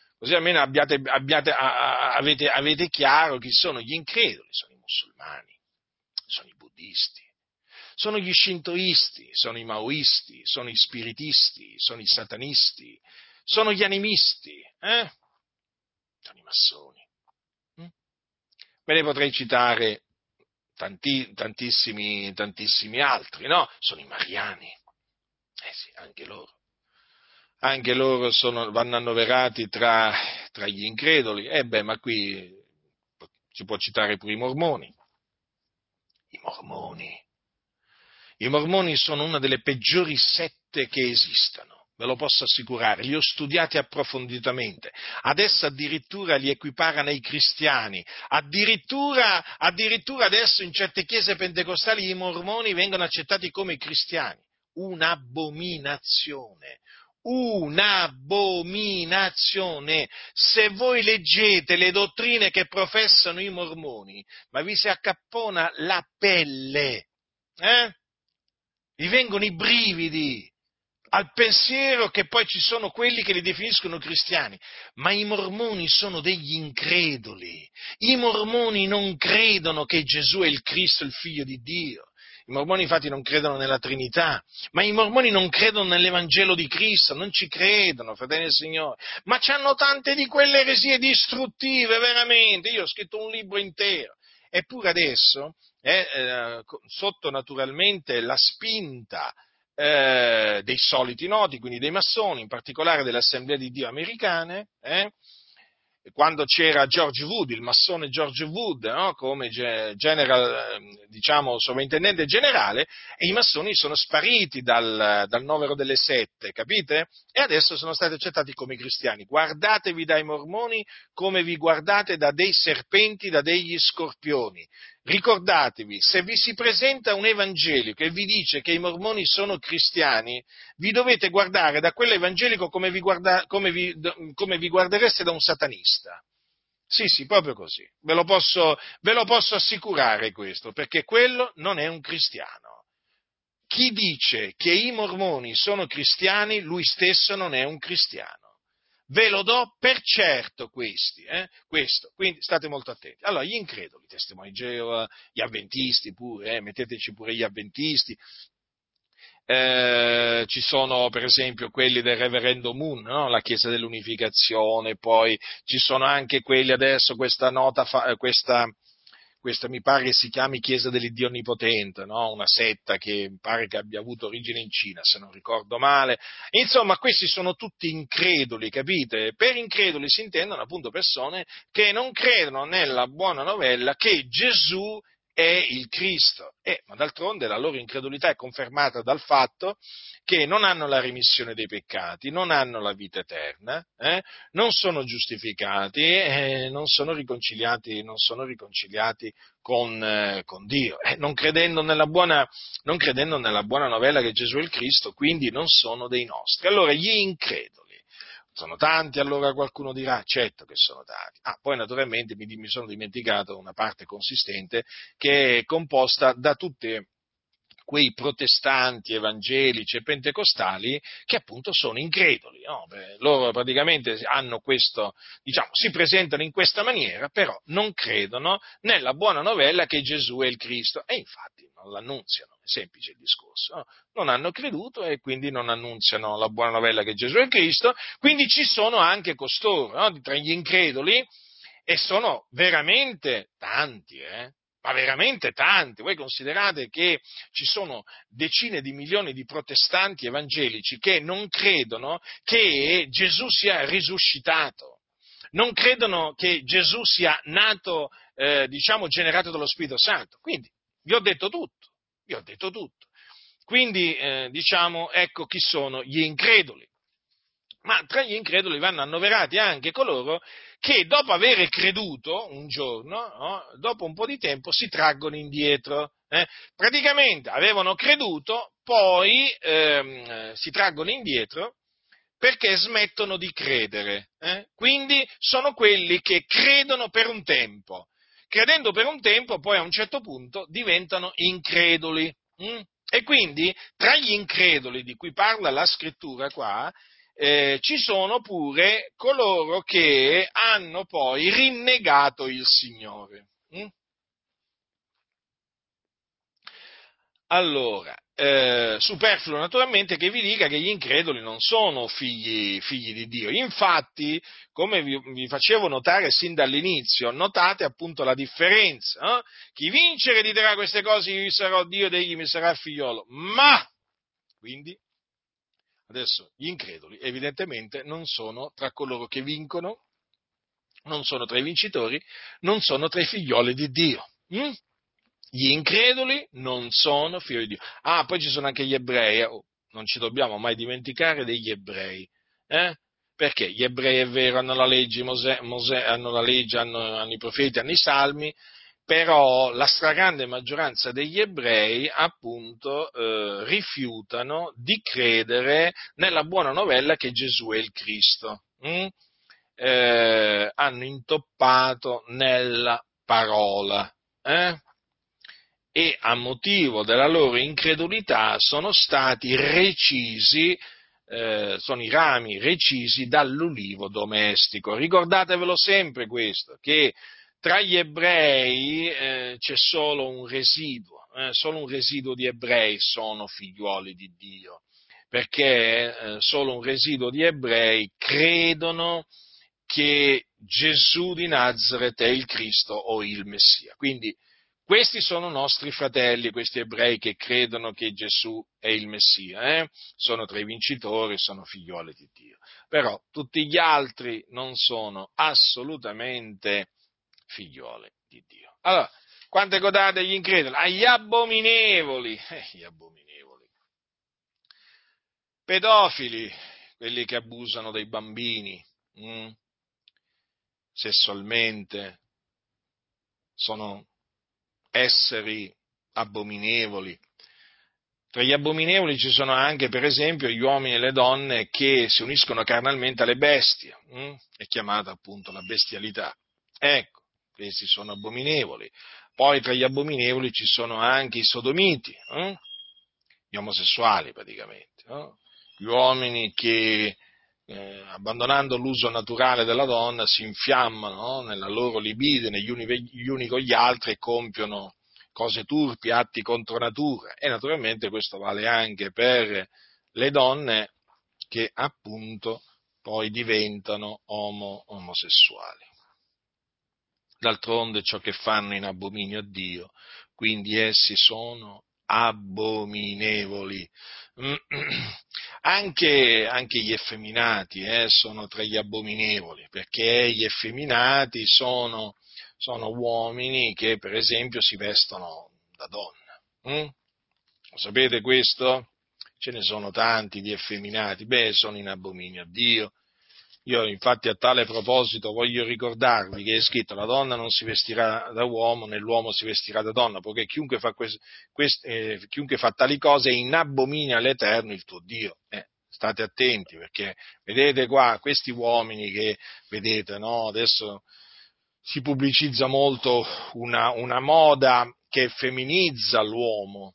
avete chiaro chi sono gli increduli, sono i musulmani, sono i buddisti, sono gli scintoisti, sono i maoisti, sono i spiritisti, sono i satanisti, sono gli animisti, sono i massoni. Ve ne potrei citare tantissimi altri, no? Sono i mariani, sì, anche loro vanno annoverati tra gli increduli, ma qui si può citare pure i mormoni. I mormoni. I mormoni sono una delle peggiori sette che esistano, ve lo posso assicurare, li ho studiati approfonditamente, adesso addirittura li equiparano ai cristiani, addirittura adesso in certe chiese pentecostali i mormoni vengono accettati come cristiani, un'abominazione. Un'abominazione. Se voi leggete le dottrine che professano i mormoni, ma vi si accappona la pelle, vi vengono i brividi al pensiero che poi ci sono quelli che li definiscono cristiani, ma i mormoni sono degli increduli. I mormoni non credono che Gesù è il Cristo, il Figlio di Dio. I mormoni infatti non credono nella Trinità, ma i mormoni non credono nell'Evangelo di Cristo, non ci credono, fratelli del Signore, ma c'hanno tante di quelle eresie distruttive, veramente. Io ho scritto un libro intero, eppure adesso, sotto naturalmente la spinta dei soliti noti, quindi dei massoni, in particolare delle Assemblee di Dio americane, quando c'era George Wood, il massone George Wood, no? Come general, diciamo, sovrintendente generale, e i massoni sono spariti dal novero delle sette, capite? E adesso sono stati accettati come cristiani. Guardatevi dai mormoni come vi guardate da dei serpenti, da degli scorpioni. Ricordatevi, se vi si presenta un evangelico e vi dice che i mormoni sono cristiani, vi dovete guardare da quell'evangelico come vi guardereste da un satanista. Sì, sì, proprio così. Ve lo posso assicurare questo, perché quello non è un cristiano. Chi dice che i mormoni sono cristiani, lui stesso non è un cristiano. Ve lo do per certo questo, quindi state molto attenti. Allora, gli increduli, testimoni di Geova, gli avventisti pure, metteteci pure gli avventisti, ci sono per esempio quelli del Reverendo Moon, no? La Chiesa dell'Unificazione, poi ci sono anche quelli adesso, questa mi pare che si chiami Chiesa dell'Iddio Onnipotente, no? Una setta che mi pare che abbia avuto origine in Cina, se non ricordo male. Insomma, questi sono tutti increduli, capite? Per increduli si intendono appunto persone che non credono nella buona novella che Gesù è il Cristo, ma d'altronde la loro incredulità è confermata dal fatto che non hanno la remissione dei peccati, non hanno la vita eterna, non sono giustificati, non sono riconciliati con Dio, non credendo nella buona novella che Gesù è il Cristo, quindi non sono dei nostri. Allora gli increduli sono tanti, allora qualcuno dirà, certo che sono tanti. Poi naturalmente mi sono dimenticato una parte consistente che è composta da tutti quei protestanti, evangelici e pentecostali che appunto sono increduli, no? Loro praticamente hanno questo, diciamo, si presentano in questa maniera, però non credono nella buona novella che Gesù è il Cristo, e infatti non l'annunziano, è semplice il discorso, no? Non hanno creduto e quindi non annunziano la buona novella che Gesù è il Cristo, quindi ci sono anche costoro, no? Tra gli increduli, e sono veramente tanti, ma veramente tanti. Voi considerate che ci sono decine di milioni di protestanti evangelici che non credono che Gesù sia risuscitato, non credono che Gesù sia nato, diciamo, generato dallo Spirito Santo. Quindi, vi ho detto tutto. Quindi, diciamo, ecco chi sono gli increduli. Ma tra gli increduli vanno annoverati anche coloro che dopo aver creduto un giorno, no, dopo un po' di tempo si traggono indietro. Praticamente avevano creduto, poi si traggono indietro perché smettono di credere. Quindi sono quelli che credono per un tempo. Credendo per un tempo, poi a un certo punto diventano increduli. E quindi tra gli increduli di cui parla la scrittura qua, ci sono pure coloro che hanno poi rinnegato il Signore. Allora, superfluo naturalmente che vi dica che gli increduli non sono figli di Dio. Infatti, come vi facevo notare sin dall'inizio, notate appunto la differenza. Chi vince erediterà queste cose, io sarò Dio ed egli mi sarà figliolo. Ma, quindi, adesso, gli increduli evidentemente non sono tra coloro che vincono, non sono tra i vincitori, non sono tra i figlioli di Dio. Gli increduli non sono figli di Dio. Poi ci sono anche gli ebrei, non ci dobbiamo mai dimenticare degli ebrei. Perché gli ebrei, è vero, hanno la legge, Mosè hanno la legge, hanno i profeti, hanno i salmi, però la stragrande maggioranza degli ebrei appunto rifiutano di credere nella buona novella che Gesù è il Cristo. Hanno intoppato nella parola. E a motivo della loro incredulità sono stati recisi, sono i rami recisi dall'ulivo domestico. Ricordatevelo sempre questo, che tra gli ebrei c'è solo un residuo di ebrei sono figliuoli di Dio, perché solo un residuo di ebrei credono che Gesù di Nazaret è il Cristo o il Messia. Quindi Questi sono nostri fratelli, questi ebrei che credono che Gesù è il Messia, sono tra i vincitori, sono figlioli di Dio. Però tutti gli altri non sono assolutamente figlioli di Dio. Allora, quante codate agli increduli? Agli abominevoli, gli abominevoli. Pedofili, quelli che abusano dei bambini, sessualmente, sono esseri abominevoli. Tra gli abominevoli ci sono anche, per esempio, gli uomini e le donne che si uniscono carnalmente alle bestie, è chiamata appunto la bestialità. Ecco, questi sono abominevoli. Poi tra gli abominevoli ci sono anche i sodomiti, gli omosessuali praticamente, no? Gli uomini che abbandonando l'uso naturale della donna si infiammano, no? Nella loro libidine gli uni con gli altri e compiono cose turpi, atti contro natura, e naturalmente questo vale anche per le donne che appunto poi diventano omosessuali. D'altronde ciò che fanno in abominio a Dio, quindi essi sono abominevoli. Anche gli effeminati sono tra gli abominevoli, perché gli effeminati sono uomini che per esempio si vestono da donna. Lo sapete questo? Ce ne sono tanti di effeminati, sono in abominio a Dio. Io infatti a tale proposito voglio ricordarvi che è scritto: la donna non si vestirà da uomo, né l'uomo si vestirà da donna, poiché chiunque chiunque fa tali cose è in abominio all'Eterno il tuo Dio. State attenti, perché vedete qua questi uomini che vedete, no? Adesso si pubblicizza molto una moda che femminizza l'uomo,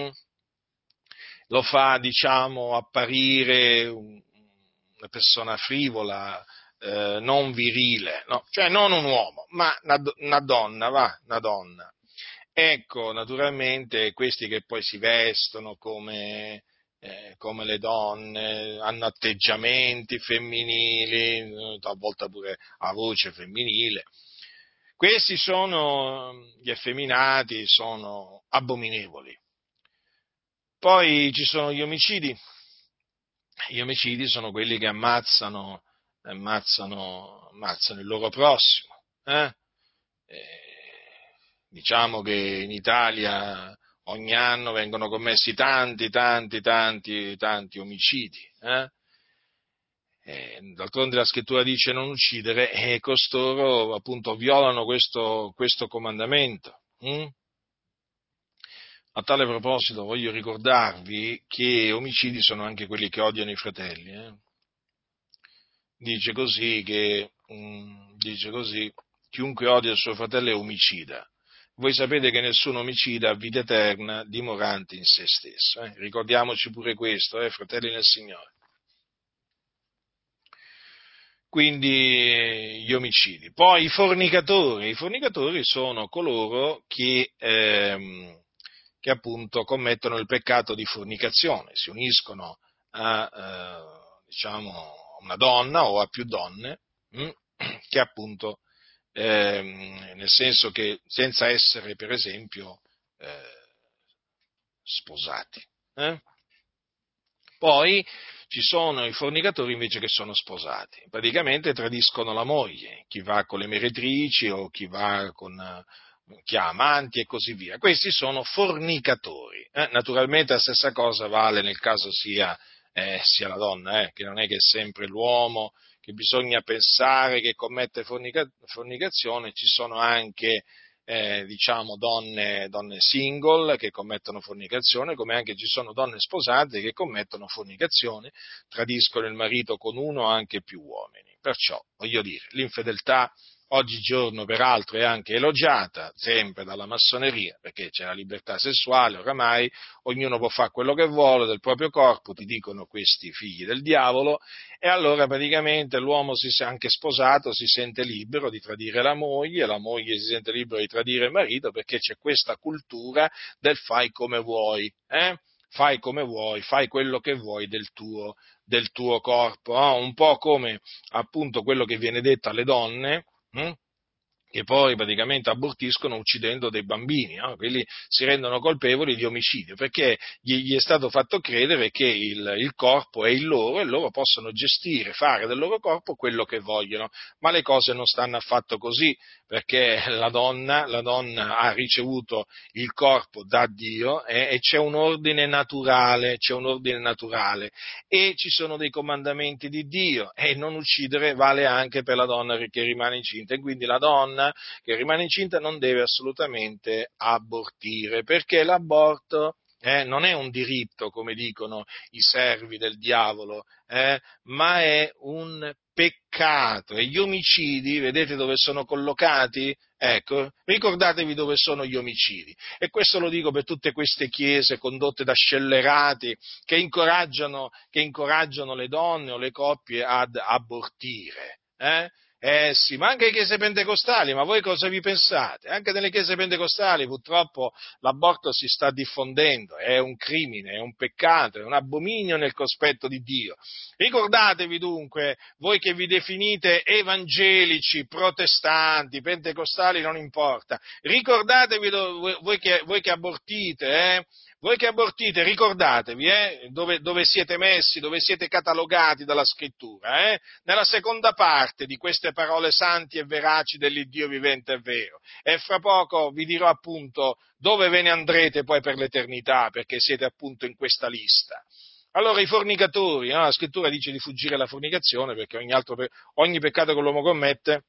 lo fa, diciamo, apparire una persona frivola, non virile, no? Cioè non un uomo, ma una donna, una donna. Ecco, naturalmente questi che poi si vestono come le donne, hanno atteggiamenti femminili, talvolta pure a voce femminile. Questi sono gli effeminati, sono abominevoli. Poi ci sono gli omicidi. Gli omicidi sono quelli che ammazzano il loro prossimo. Diciamo che in Italia ogni anno vengono commessi tanti omicidi. D'altronde la scrittura dice non uccidere, e costoro appunto violano questo comandamento. A tale proposito voglio ricordarvi che omicidi sono anche quelli che odiano i fratelli. Dice così, chiunque odia il suo fratello è omicida. Voi sapete che nessun omicida ha vita eterna dimorante in se stesso. Ricordiamoci pure questo, fratelli nel Signore. Quindi gli omicidi. Poi i fornicatori sono coloro che appunto commettono il peccato di fornicazione, si uniscono a diciamo una donna o a più donne, che appunto nel senso che senza essere per esempio sposati. Poi ci sono i fornicatori invece che sono sposati, praticamente tradiscono la moglie, chi va con le meretrici o chi ha amanti e così via. Questi sono fornicatori. Naturalmente la stessa cosa vale nel caso sia la donna, che non è che è sempre l'uomo, che bisogna pensare che commette fornicazione, ci sono anche diciamo donne single che commettono fornicazione, come anche ci sono donne sposate che commettono fornicazione, tradiscono il marito con uno o anche più uomini. Perciò, voglio dire, l'infedeltà oggigiorno peraltro è anche elogiata, sempre dalla massoneria, perché c'è la libertà sessuale, oramai ognuno può fare quello che vuole del proprio corpo, ti dicono questi figli del diavolo, e allora praticamente l'uomo anche sposato si sente libero di tradire la moglie si sente libero di tradire il marito, perché c'è questa cultura del fai come vuoi, fai come vuoi, fai quello che vuoi del tuo corpo, un po' come appunto quello che viene detto alle donne, che poi praticamente abortiscono uccidendo dei bambini, no? Quelli si rendono colpevoli di omicidio, perché gli è stato fatto credere che il corpo è il loro e loro possono gestire, fare del loro corpo quello che vogliono, ma le cose non stanno affatto così, perché la donna ha ricevuto il corpo da Dio e c'è un ordine naturale e ci sono dei comandamenti di Dio e non uccidere vale anche per la donna che rimane incinta e quindi la donna che rimane incinta non deve assolutamente abortire perché l'aborto non è un diritto, come dicono i servi del diavolo, ma è un peccato. E gli omicidi, vedete dove sono collocati? Ecco, ricordatevi dove sono gli omicidi. E questo lo dico per tutte queste chiese condotte da scellerati che incoraggiano le donne o le coppie ad abortire. Sì, ma anche le chiese pentecostali, ma voi cosa vi pensate? Anche nelle chiese pentecostali purtroppo l'aborto si sta diffondendo, è un crimine, è un peccato, è un abominio nel cospetto di Dio. Ricordatevi dunque, voi che vi definite evangelici, protestanti, pentecostali, non importa, ricordatevi voi che abortite, voi che abortite, ricordatevi dove siete messi, dove siete catalogati dalla scrittura, nella seconda parte di queste parole santi e veraci dell'Iddio vivente e vero. E fra poco vi dirò appunto dove ve ne andrete poi per l'eternità, perché siete appunto in questa lista. Allora i fornicatori, no? La scrittura dice di fuggire la fornicazione perché ogni peccato che l'uomo commette,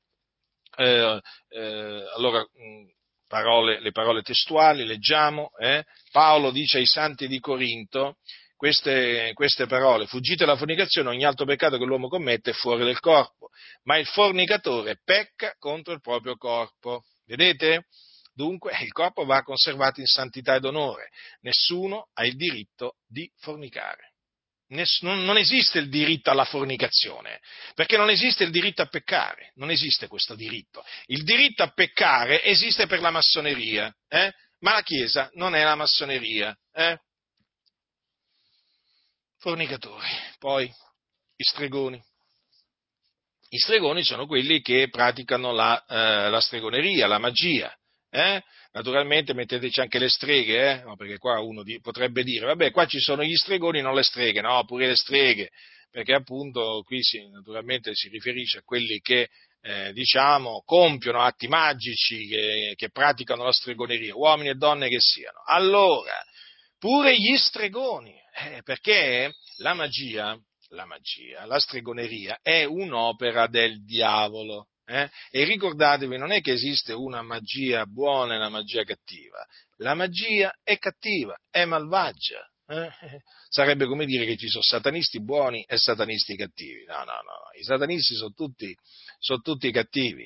allora le parole testuali, leggiamo, Paolo dice ai santi di Corinto queste parole: fuggite la fornicazione, ogni altro peccato che l'uomo commette è fuori del corpo, ma il fornicatore pecca contro il proprio corpo. Vedete? Dunque il corpo va conservato in santità ed onore, nessuno ha il diritto di fornicare. Non esiste il diritto alla fornicazione, perché non esiste il diritto a peccare, non esiste questo diritto. Il diritto a peccare esiste per la massoneria, ma la Chiesa non è la massoneria. Fornicatori, poi i stregoni. I stregoni sono quelli che praticano la stregoneria, la magia. Naturalmente metteteci anche le streghe, no? Perché qua uno potrebbe dire, vabbè, qua ci sono gli stregoni, non le streghe, no, pure le streghe, perché appunto qui naturalmente si riferisce a quelli che, compiono atti magici, che praticano la stregoneria, uomini e donne che siano. Allora, pure gli stregoni, perché la stregoneria è un'opera del diavolo. E ricordatevi, non è che esiste una magia buona e una magia cattiva. La magia è cattiva, è malvagia. Sarebbe come dire che ci sono satanisti buoni e satanisti cattivi. No, no, no, i satanisti sono tutti cattivi.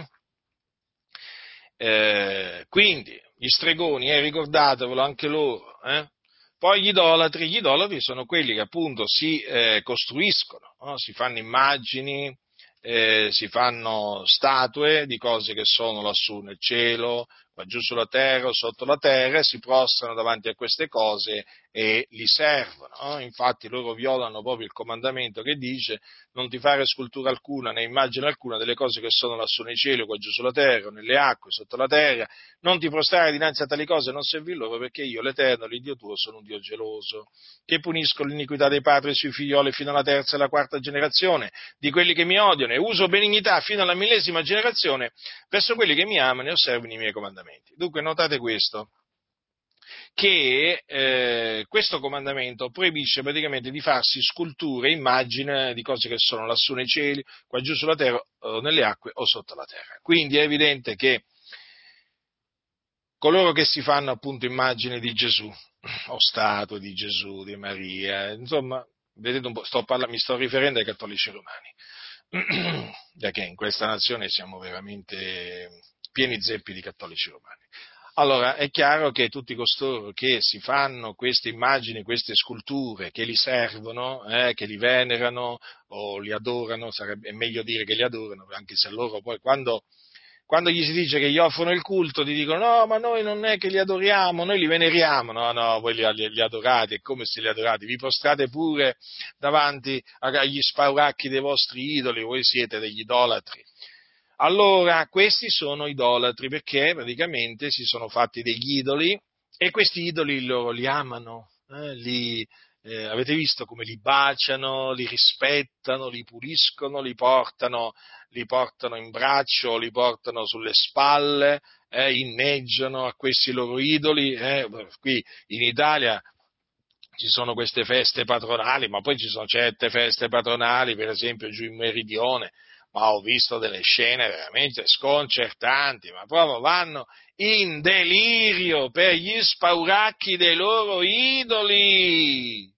Quindi, gli stregoni, ricordatevelo anche loro. Poi gli idolatri sono quelli che appunto si costruiscono, no? Si fanno immagini, si fanno statue di cose che sono lassù nel cielo, qua giù sulla terra o sotto la terra, e si prostrano davanti a queste cose e li servono. No? Infatti loro violano proprio il comandamento che dice: non ti fare scultura alcuna né immagine alcuna delle cose che sono lassù nei cieli, qua giù sulla terra, nelle acque, sotto la terra, non ti prostrare dinanzi a tali cose e non servir loro, perché io, l'Eterno, l'Iddio tuo, sono un Dio geloso, che punisco l'iniquità dei padri sui figlioli fino alla terza e alla quarta generazione di quelli che mi odiano, e uso benignità fino alla 1000ª generazione verso quelli che mi amano e osservano i miei comandamenti. Dunque notate questo, che questo comandamento proibisce praticamente di farsi sculture e immagini di cose che sono lassù nei cieli, qua giù sulla terra, o nelle acque o sotto la terra. Quindi è evidente che coloro che si fanno appunto immagini di Gesù, o statue di Gesù, di Maria, insomma, vedete un po', mi sto riferendo ai cattolici romani, perché in questa nazione siamo veramente pieni zeppi di cattolici romani. Allora, è chiaro che tutti costoro che si fanno queste immagini, queste sculture, che li servono, che li venerano o li adorano, è meglio dire che li adorano, anche se loro poi quando gli si dice che gli offrono il culto, ti dicono: no, ma noi non è che li adoriamo, noi li veneriamo. No, no, voi li adorate, è come se li adorate, vi prostrate pure davanti agli spauracchi dei vostri idoli, voi siete degli idolatri. Allora, questi sono idolatri perché praticamente si sono fatti degli idoli e questi idoli loro li amano, avete visto come li baciano, li rispettano, li puliscono, li portano in braccio, li portano sulle spalle, inneggiano a questi loro idoli. Qui in Italia ci sono queste feste patronali, ma poi ci sono certe feste patronali, per esempio giù in Meridione, ma ho visto delle scene veramente sconcertanti, ma proprio vanno in delirio per gli spauracchi dei loro idoli.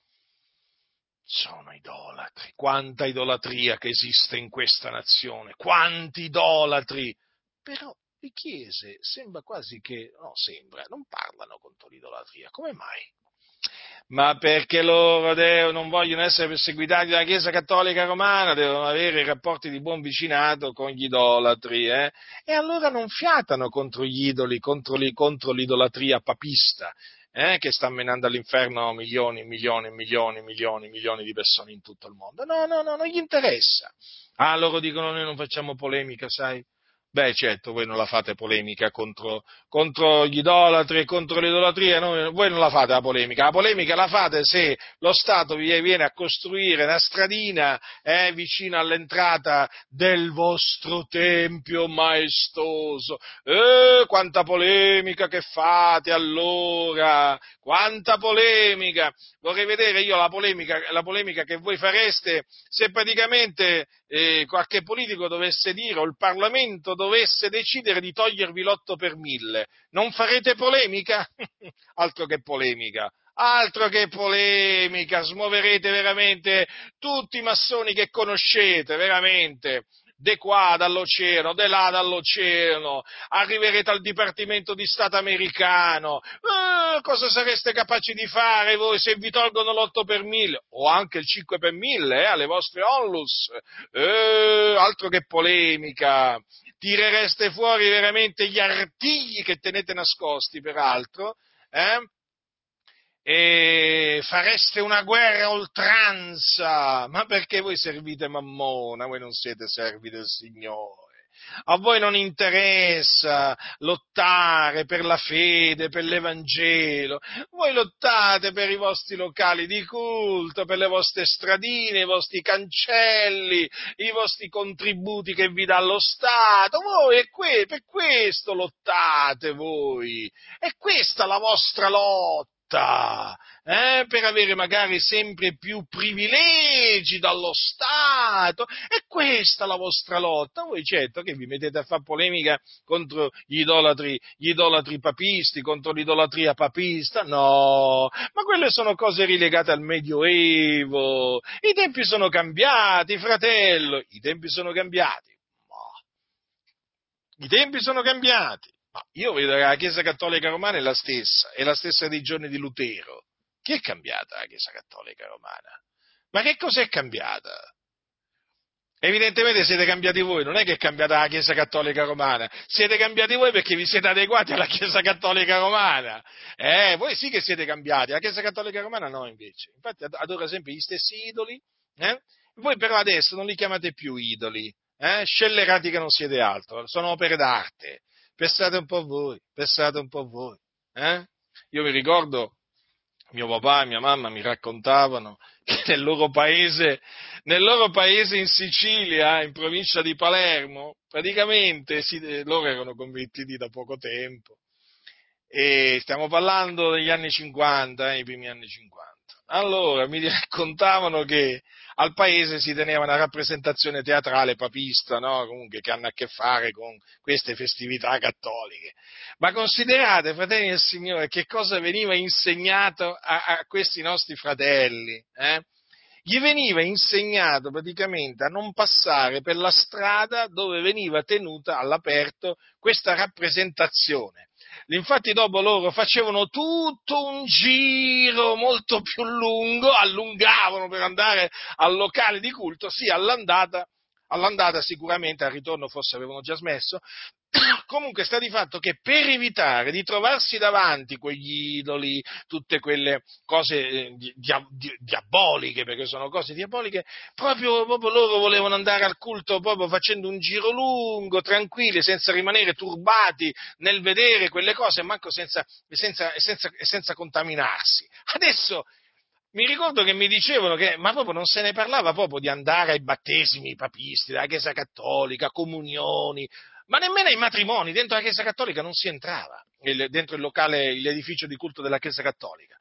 Sono idolatri. Quanta idolatria che esiste in questa nazione, quanti idolatri. Però le chiese sembra quasi che, no, sembra, non parlano contro l'idolatria. Come mai? Ma perché loro non vogliono essere perseguitati dalla Chiesa Cattolica Romana, devono avere rapporti di buon vicinato con gli idolatri, e allora non fiatano contro gli idoli, contro l'idolatria papista, che sta menando all'inferno milioni, milioni, milioni, milioni, milioni di persone in tutto il mondo. No, no, no, non gli interessa. Ah, loro dicono noi non facciamo polemica, sai? Beh, certo, voi non la fate polemica contro gli idolatri e contro l'idolatria, voi non la fate la polemica la fate se lo Stato vi viene a costruire una stradina vicino all'entrata del vostro tempio maestoso. Quanta polemica che fate allora, quanta polemica! Vorrei vedere io la polemica che voi fareste se praticamente qualche politico dovesse dire o il Parlamento dovesse decidere di togliervi l'8 per 1000. Non farete polemica? Altro che polemica! Altro che polemica, smuoverete veramente tutti i massoni che conoscete, veramente, de qua dall'oceano, de là dall'oceano, arriverete al Dipartimento di Stato americano. Cosa sareste capaci di fare voi se vi tolgono l'8 per 1000 o anche il 5 per 1000 alle vostre onlus? Altro che polemica, tirereste fuori veramente gli artigli che tenete nascosti, peraltro, e fareste una guerra a oltranza, ma perché voi servite Mammona, voi non siete servi del Signore. A voi non interessa lottare per la fede, per l'Evangelo, voi lottate per i vostri locali di culto, per le vostre stradine, i vostri cancelli, i vostri contributi che vi dà lo Stato, voi per questo lottate voi, è questa la vostra lotta. Per avere magari sempre più privilegi dallo Stato, è questa la vostra lotta. Voi certo che vi mettete a fare polemica contro gli idolatri papisti, contro l'idolatria papista, no, ma quelle sono cose rilegate al Medioevo, i tempi sono cambiati, fratello, i tempi sono cambiati. I tempi sono cambiati. Ma io vedo che la Chiesa Cattolica Romana è la stessa dei giorni di Lutero. Che è cambiata la Chiesa Cattolica Romana? Ma che cos'è cambiata? Evidentemente siete cambiati voi, non è che è cambiata la Chiesa Cattolica Romana, siete cambiati voi perché vi siete adeguati alla Chiesa Cattolica Romana. Voi sì che siete cambiati, la Chiesa Cattolica Romana no invece. Infatti adora sempre gli stessi idoli, voi però adesso non li chiamate più idoli, scellerati che non siete altro, sono opere d'arte. Pensate un po' voi, pensate un po' voi. Io mi ricordo, mio papà e mia mamma mi raccontavano che nel loro paese in Sicilia, in provincia di Palermo, praticamente loro erano convertiti da poco tempo. E stiamo parlando degli anni 50, i primi anni 50. Allora mi raccontavano che al paese si teneva una rappresentazione teatrale papista, no? Comunque che hanno a che fare con queste festività cattoliche. Ma considerate, fratelli del Signore, che cosa veniva insegnato a questi nostri fratelli, Gli veniva insegnato praticamente a non passare per la strada dove veniva tenuta all'aperto questa rappresentazione. Infatti dopo loro facevano tutto un giro molto più lungo, allungavano per andare al locale di culto, sì, all'andata sicuramente, al ritorno forse avevano già smesso, Comunque sta di fatto che per evitare di trovarsi davanti quegli idoli, tutte quelle cose diaboliche, perché sono cose diaboliche, proprio loro volevano andare al culto proprio facendo un giro lungo, tranquilli, senza rimanere turbati nel vedere quelle cose, e manco senza contaminarsi. Adesso mi ricordo che mi dicevano che, ma proprio non se ne parlava proprio di andare ai battesimi papisti, della Chiesa Cattolica, comunioni, ma nemmeno ai matrimoni, dentro la Chiesa Cattolica non si entrava, dentro il locale, l'edificio di culto della Chiesa Cattolica.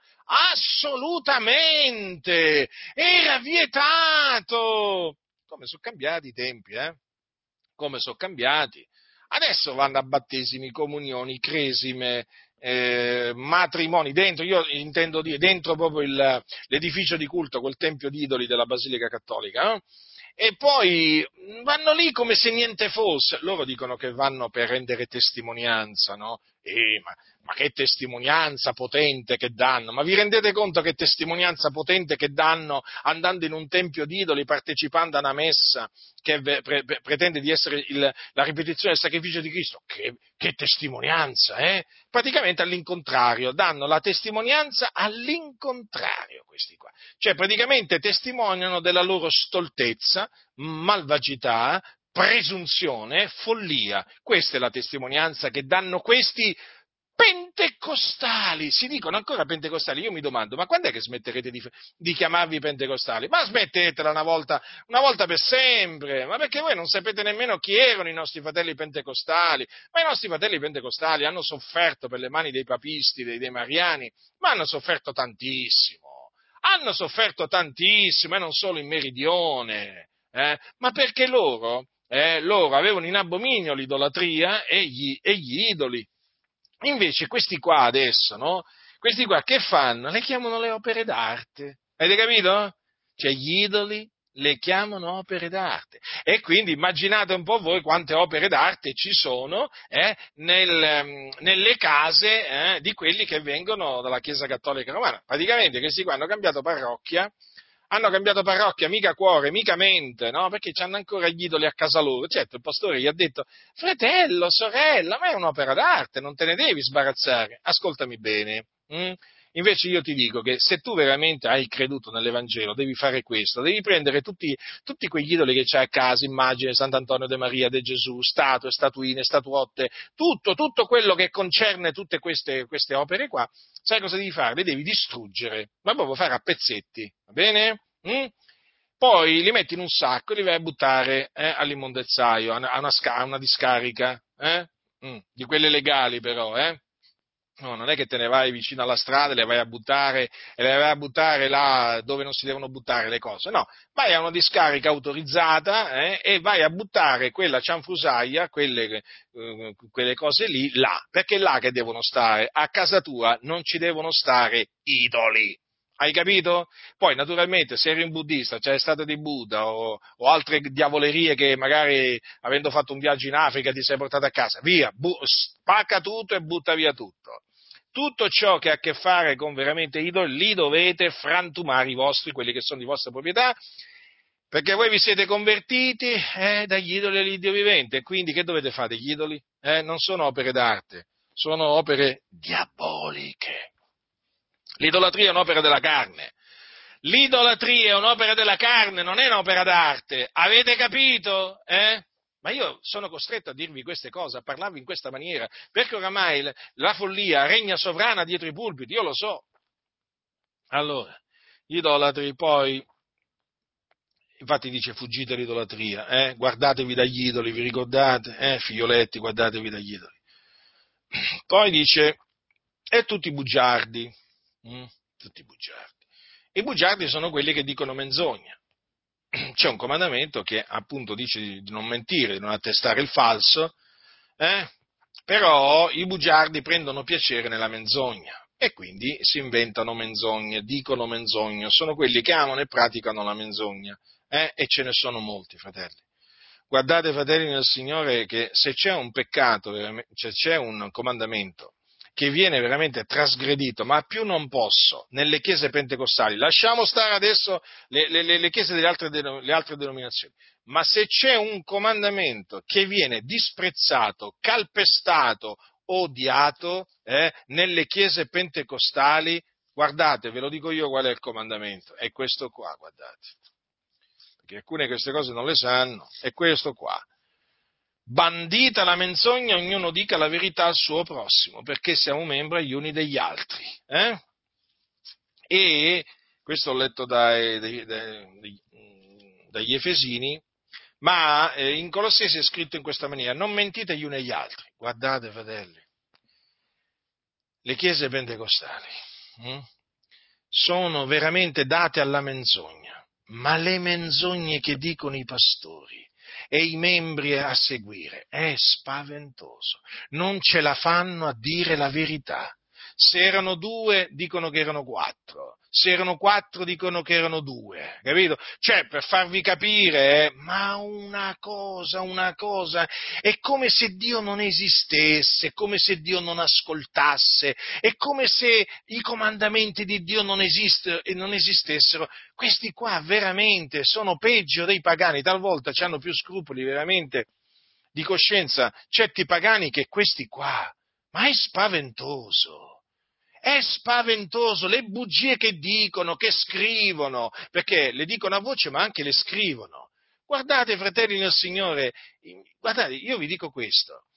Assolutamente! Era vietato! Come sono cambiati i tempi, come sono cambiati. Adesso vanno a battesimi, comunioni, cresime, matrimoni, dentro, io intendo dire, dentro proprio l'edificio di culto, quel tempio di idoli della Basilica Cattolica, no? E poi vanno lì come se niente fosse. Loro dicono che vanno per rendere testimonianza, no? Ma che testimonianza potente che danno? Ma vi rendete conto che testimonianza potente che danno andando in un tempio di idoli, partecipando a una messa che pretende di essere la ripetizione del sacrificio di Cristo? Che testimonianza, eh? Praticamente all'incontrario, danno la testimonianza all'incontrario questi qua. Cioè praticamente testimoniano della loro stoltezza, malvagità, presunzione, follia. Questa è la testimonianza che danno questi pentecostali. Si dicono ancora pentecostali. Io mi domando, ma quando è che smetterete di chiamarvi pentecostali? Ma smettetela una volta per sempre. Ma perché voi non sapete nemmeno chi erano i nostri fratelli pentecostali? Ma i nostri fratelli pentecostali hanno sofferto per le mani dei papisti, dei mariani, ma hanno sofferto tantissimo. Hanno sofferto tantissimo, e non solo in meridione, ma perché loro avevano in abominio l'idolatria e gli idoli. Invece questi qua adesso, no? Questi qua che fanno? Le chiamano le opere d'arte. Avete capito? Cioè gli idoli le chiamano opere d'arte. E quindi immaginate un po' voi quante opere d'arte ci sono nelle case di quelli che vengono dalla Chiesa Cattolica Romana. Praticamente questi qua hanno cambiato parrocchia, mica cuore, mica mente, no? Perché hanno ancora gli idoli a casa loro. Certo, il pastore gli ha detto, fratello, sorella, ma è un'opera d'arte, non te ne devi sbarazzare. Ascoltami bene. Invece io ti dico che se tu veramente hai creduto nell'Evangelo, devi fare questo, devi prendere tutti quegli idoli che c'hai a casa, immagine, Sant'Antonio de Maria, de Gesù, statue, statuine, statuotte, tutto quello che concerne tutte queste opere qua, sai cosa devi fare? Le devi distruggere, ma proprio fare a pezzetti, va bene? Poi li metti in un sacco e li vai a buttare all'immondezzaio, a una discarica, di quelle legali però, No, non è che te ne vai vicino alla strada e le vai a buttare là dove non si devono buttare le cose. No, vai a una discarica autorizzata e vai a buttare quella cianfrusaglia, quelle cose lì, là, perché è là che devono stare. A casa tua non ci devono stare idoli. Hai capito? Poi, naturalmente, se eri un buddista, c'è stato di Buddha o altre diavolerie che magari, avendo fatto un viaggio in Africa, ti sei portato a casa, via, spacca tutto e butta via tutto. Tutto ciò che ha a che fare con veramente idoli, lì dovete frantumare quelli che sono di vostra proprietà, perché voi vi siete convertiti dagli idoli all'Iddio vivente, e quindi che dovete fare degli idoli? Non sono opere d'arte, sono opere diaboliche. L'idolatria è un'opera della carne. L'idolatria è un'opera della carne, non è un'opera d'arte. Avete capito? Ma io sono costretto a dirvi queste cose, a parlarvi in questa maniera, perché oramai la follia regna sovrana dietro i pulpiti, io lo so. Allora, gli idolatri poi, infatti dice fuggite l'idolatria, guardatevi dagli idoli, vi ricordate? Figlioletti, guardatevi dagli idoli. Poi dice, e tutti bugiardi, tutti bugiardi. I bugiardi sono quelli che dicono menzogna. C'è un comandamento che appunto dice di non mentire, di non attestare il falso, però i bugiardi prendono piacere nella menzogna e quindi si inventano menzogne, dicono menzogne, sono quelli che amano e praticano la menzogna, e ce ne sono molti, fratelli. Guardate, fratelli nel Signore, che se c'è un peccato, se c'è un comandamento che viene veramente trasgredito, ma più non posso, nelle chiese pentecostali, lasciamo stare adesso le chiese le altre denominazioni, ma se c'è un comandamento che viene disprezzato, calpestato, odiato, nelle chiese pentecostali, guardate, ve lo dico io qual è il comandamento, è questo qua, guardate, perché alcune queste cose non le sanno, è questo qua. Bandita la menzogna, ognuno dica la verità al suo prossimo, perché siamo membri gli uni degli altri. E questo ho letto dagli Efesini, ma in Colossesi è scritto in questa maniera: non mentite gli uni agli altri. Guardate, fratelli, le chiese pentecostali sono veramente date alla menzogna, ma le menzogne che dicono i pastori e i membri a seguire è spaventoso, non ce la fanno a dire la verità. Se erano due, dicono che erano quattro. Se erano quattro, dicono che erano due. Capito? Cioè, per farvi capire, ma una cosa, è come se Dio non esistesse, è come se Dio non ascoltasse, è come se i comandamenti di Dio non esistessero. Questi qua veramente sono peggio dei pagani, talvolta hanno più scrupoli veramente di coscienza certi pagani che questi qua. Ma è spaventoso le bugie che dicono, che scrivono, perché le dicono a voce ma anche le scrivono. Guardate, fratelli nel Signore, guardate, io vi dico questo,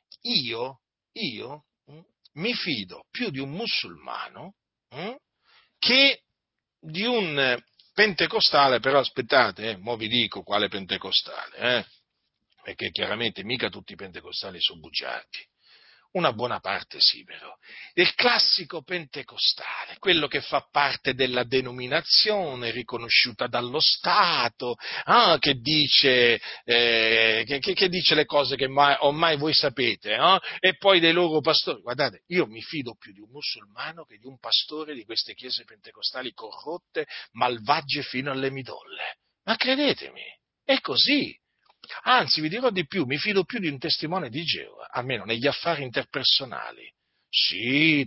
io mi fido più di un musulmano che di un pentecostale, però aspettate, mo vi dico quale pentecostale, perché chiaramente mica tutti i pentecostali sono bugiardi. Una buona parte sì, però. Il classico pentecostale, quello che fa parte della denominazione riconosciuta dallo Stato, che dice, che dice le cose che ormai voi sapete, e poi dei loro pastori. Guardate, io mi fido più di un musulmano che di un pastore di queste chiese pentecostali corrotte, malvagie fino alle midolle. Ma credetemi, è così. Anzi, vi dirò di più, mi fido più di un testimone di Geova, almeno negli affari interpersonali. Sì,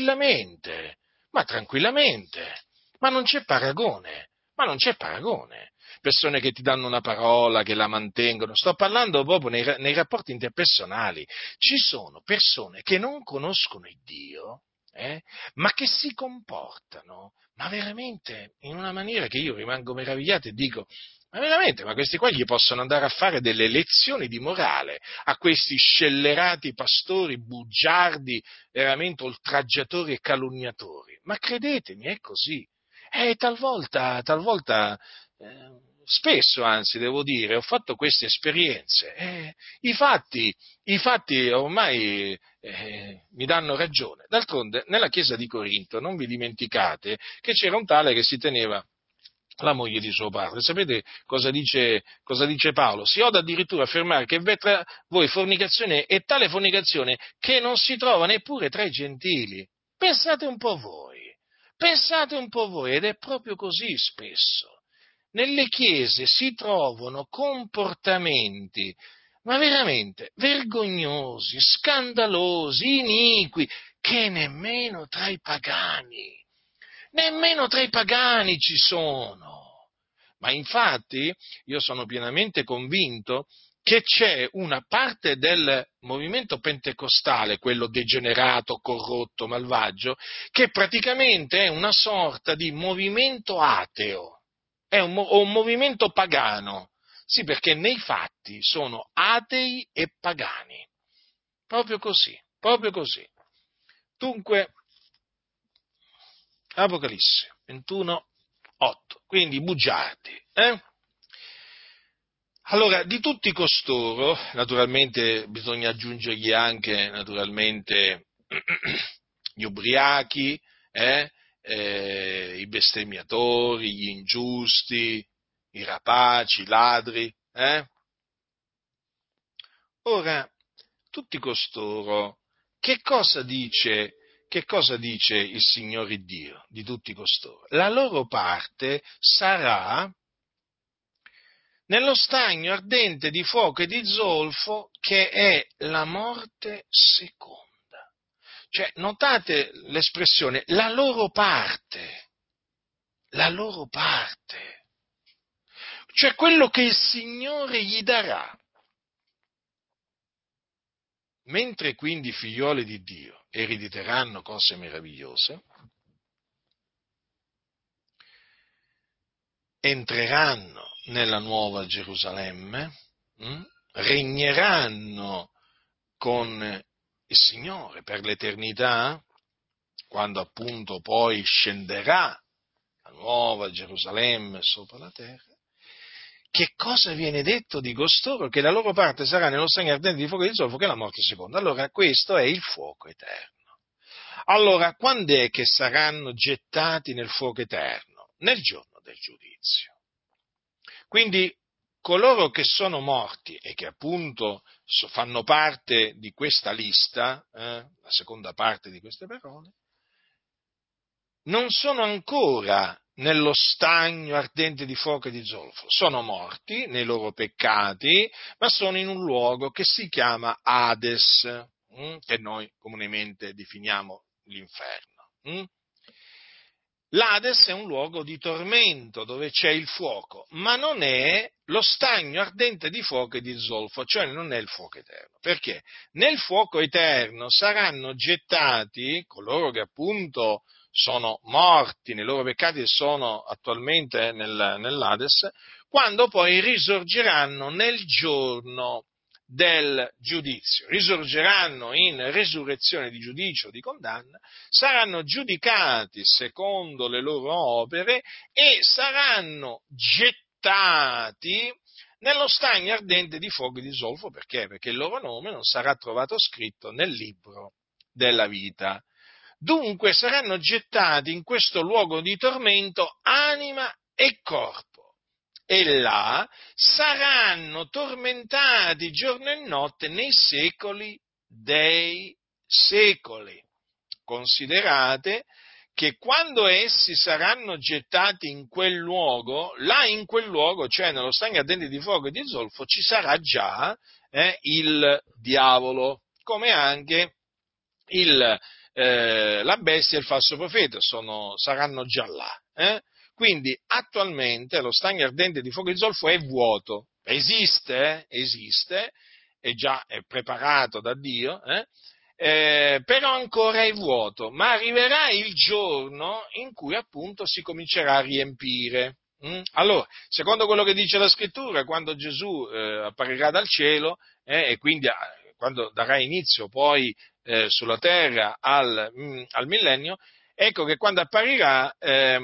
tranquillamente, ma non c'è paragone, Persone che ti danno una parola, che la mantengono, sto parlando proprio nei rapporti interpersonali. Ci sono persone che non conoscono il Dio, ma che si comportano, ma veramente in una maniera che io rimango meravigliato e dico: ma veramente, ma questi qua gli possono andare a fare delle lezioni di morale a questi scellerati pastori, bugiardi, veramente oltraggiatori e calunniatori? Ma credetemi, è così. Talvolta, spesso anzi devo dire, ho fatto queste esperienze. I fatti ormai mi danno ragione. D'altronde, nella chiesa di Corinto, non vi dimenticate che c'era un tale che si teneva la moglie di suo padre. Sapete cosa dice Paolo? Si oda addirittura affermare che v'è tra voi fornicazione e tale fornicazione che non si trova neppure tra i gentili. Pensate un po' voi, ed è proprio così spesso. Nelle chiese si trovano comportamenti, ma veramente vergognosi, scandalosi, iniqui, che nemmeno tra i pagani ci sono. Ma infatti io sono pienamente convinto che c'è una parte del movimento pentecostale, quello degenerato, corrotto, malvagio, che praticamente è una sorta di movimento ateo, o un movimento pagano. Sì, perché nei fatti sono atei e pagani. Proprio così, proprio così. Dunque, Apocalisse 21, 8, quindi bugiardi. Allora, di tutti costoro, naturalmente bisogna aggiungergli anche, naturalmente, gli ubriachi, i bestemmiatori, gli ingiusti, i rapaci, i ladri. Ora, tutti costoro, che cosa dice il Signore Dio di tutti costoro? La loro parte sarà nello stagno ardente di fuoco e di zolfo, che è la morte seconda. Cioè, notate l'espressione, la loro parte, cioè quello che il Signore gli darà. Mentre quindi i figlioli di Dio erediteranno cose meravigliose, entreranno nella nuova Gerusalemme, regneranno con il Signore per l'eternità, quando appunto poi scenderà la nuova Gerusalemme sopra la terra. Che cosa viene detto di costoro? Che la loro parte sarà nello stagno ardente di fuoco e di zolfo, che è la morte seconda. Allora, questo è il fuoco eterno. Allora, quando è che saranno gettati nel fuoco eterno? Nel giorno del giudizio. Quindi, coloro che sono morti e che appunto fanno parte di questa lista, la seconda parte di queste parole, non sono ancora nello stagno ardente di fuoco e di zolfo, sono morti nei loro peccati, ma sono in un luogo che si chiama Hades, che noi comunemente definiamo l'inferno. L'Hades è un luogo di tormento dove c'è il fuoco, ma non è lo stagno ardente di fuoco e di zolfo, cioè non è il fuoco eterno. Perché? Nel fuoco eterno saranno gettati coloro che appunto sono morti nei loro peccati e sono attualmente nell'Hades, quando poi risorgeranno nel giorno del giudizio, risorgeranno in resurrezione di giudicio, di condanna, saranno giudicati secondo le loro opere e saranno gettati nello stagno ardente di fuoco e di zolfo. Perché? Perché il loro nome non sarà trovato scritto nel libro della vita. Dunque saranno gettati in questo luogo di tormento anima e corpo. E là saranno tormentati giorno e notte nei secoli dei secoli. Considerate che quando essi saranno gettati in quel luogo, là in quel luogo, cioè nello stagno ardente di fuoco e di zolfo, ci sarà già il diavolo, come anche la bestia e il falso profeta saranno già là. Quindi attualmente lo stagno ardente di fuoco e di zolfo è vuoto, esiste, è preparato da Dio, però ancora è vuoto, ma arriverà il giorno in cui appunto si comincerà a riempire. Allora, secondo quello che dice la scrittura, quando Gesù apparirà dal cielo e quindi quando darà inizio poi sulla terra al millennio, ecco che quando apparirà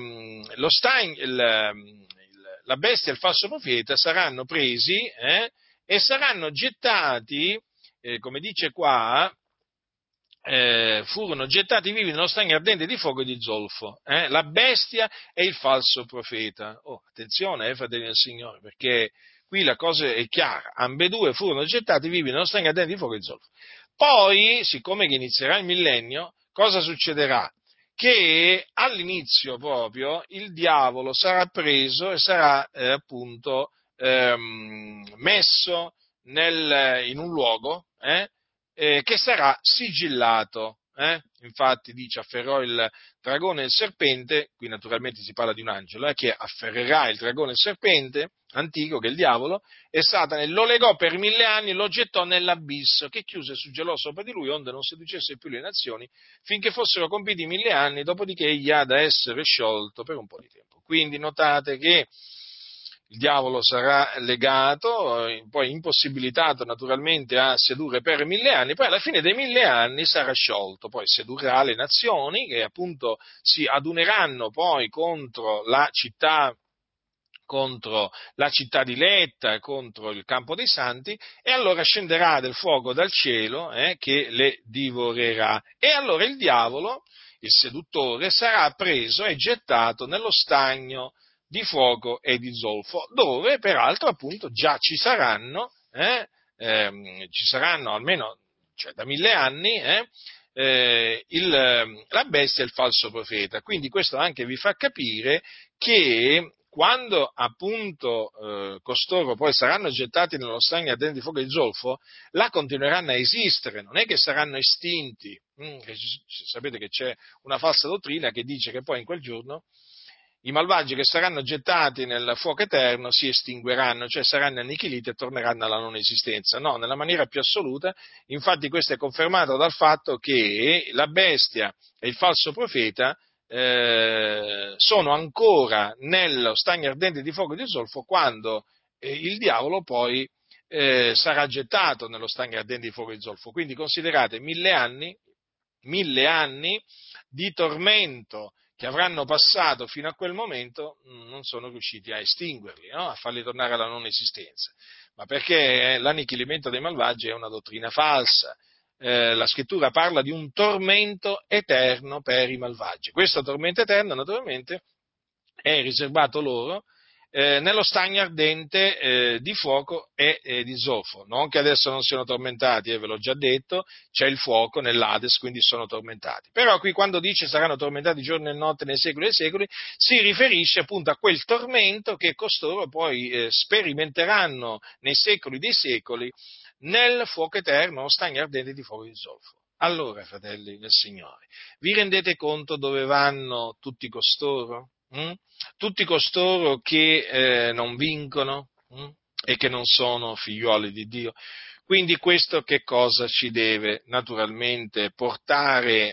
la bestia e il falso profeta saranno presi e saranno gettati, come dice qua, furono gettati vivi nello stagno ardente di fuoco e di zolfo, la bestia e il falso profeta. Oh, attenzione, fratelli del Signore, perché qui la cosa è chiara, ambedue furono gettati vivi nello stagno ardente di fuoco e di zolfo. Poi, siccome che inizierà il millennio, cosa succederà? Che all'inizio proprio il diavolo sarà preso e sarà appunto messo in un luogo che sarà sigillato. Infatti dice afferrò il dragone e il serpente, qui naturalmente si parla di un angelo, che afferrerà il dragone e il serpente antico, che è il diavolo, e Satana lo legò per 1000 anni e lo gettò nell'abisso, che chiuse e suggelò sopra di lui, onde non seducesse più le nazioni, finché fossero compiti 1000 anni, dopodiché egli ha da essere sciolto per un po' di tempo. Quindi notate che il diavolo sarà legato, poi impossibilitato naturalmente a sedurre per 1000 anni, poi alla fine dei 1000 anni sarà sciolto, poi sedurrà le nazioni che appunto si aduneranno poi contro la città diletta, contro il campo dei santi, e allora scenderà del fuoco dal cielo che le divorerà. E allora il diavolo, il seduttore, sarà preso e gettato nello stagno di fuoco e di zolfo, dove peraltro appunto già ci saranno almeno, cioè, da 1000 anni, la bestia e il falso profeta. Quindi questo anche vi fa capire che quando appunto costoro poi saranno gettati nello stagno ardente di fuoco e di zolfo, là continueranno a esistere, non è che saranno estinti. Sapete che c'è una falsa dottrina che dice che poi in quel giorno i malvagi che saranno gettati nel fuoco eterno si estingueranno, cioè saranno annichiliti e torneranno alla non esistenza. No, nella maniera più assoluta, infatti questo è confermato dal fatto che la bestia e il falso profeta sono ancora nello stagno ardente di fuoco e di zolfo quando il diavolo poi sarà gettato nello stagno ardente di fuoco e di zolfo. Quindi considerate 1000 anni di tormento che avranno passato fino a quel momento, non sono riusciti a estinguerli, no? A farli tornare alla non esistenza. Ma perché l'annichilimento dei malvagi è una dottrina falsa. La scrittura parla di un tormento eterno per i malvagi. Questo tormento eterno, naturalmente, è riservato loro nello stagno ardente di fuoco e di zolfo. Non che adesso non siano tormentati, ve l'ho già detto, c'è il fuoco nell'Ades, quindi sono tormentati. Però qui quando dice saranno tormentati giorno e notte nei secoli dei secoli, si riferisce appunto a quel tormento che costoro poi sperimenteranno nei secoli dei secoli nel fuoco eterno, stagno ardente di fuoco e di zolfo. Allora, fratelli del Signore, vi rendete conto dove vanno tutti costoro? Tutti costoro che non vincono e che non sono figliuoli di Dio. Quindi questo che cosa ci deve naturalmente portare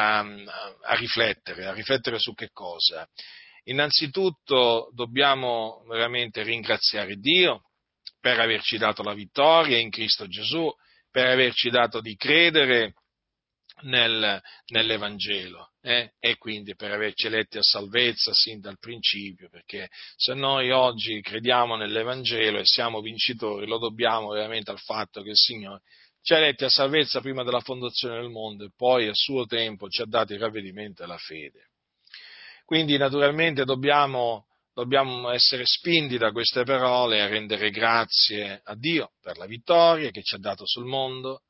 a riflettere su che cosa? Innanzitutto dobbiamo veramente ringraziare Dio per averci dato la vittoria in Cristo Gesù, per averci dato di credere nell'Evangelo e quindi per averci eletti a salvezza sin dal principio, perché se noi oggi crediamo nell'Evangelo e siamo vincitori, lo dobbiamo veramente al fatto che il Signore ci ha eletti a salvezza prima della fondazione del mondo e poi a suo tempo ci ha dato il ravvedimento e la fede. Quindi naturalmente dobbiamo essere spinti da queste parole a rendere grazie a Dio per la vittoria che ci ha dato sul mondo.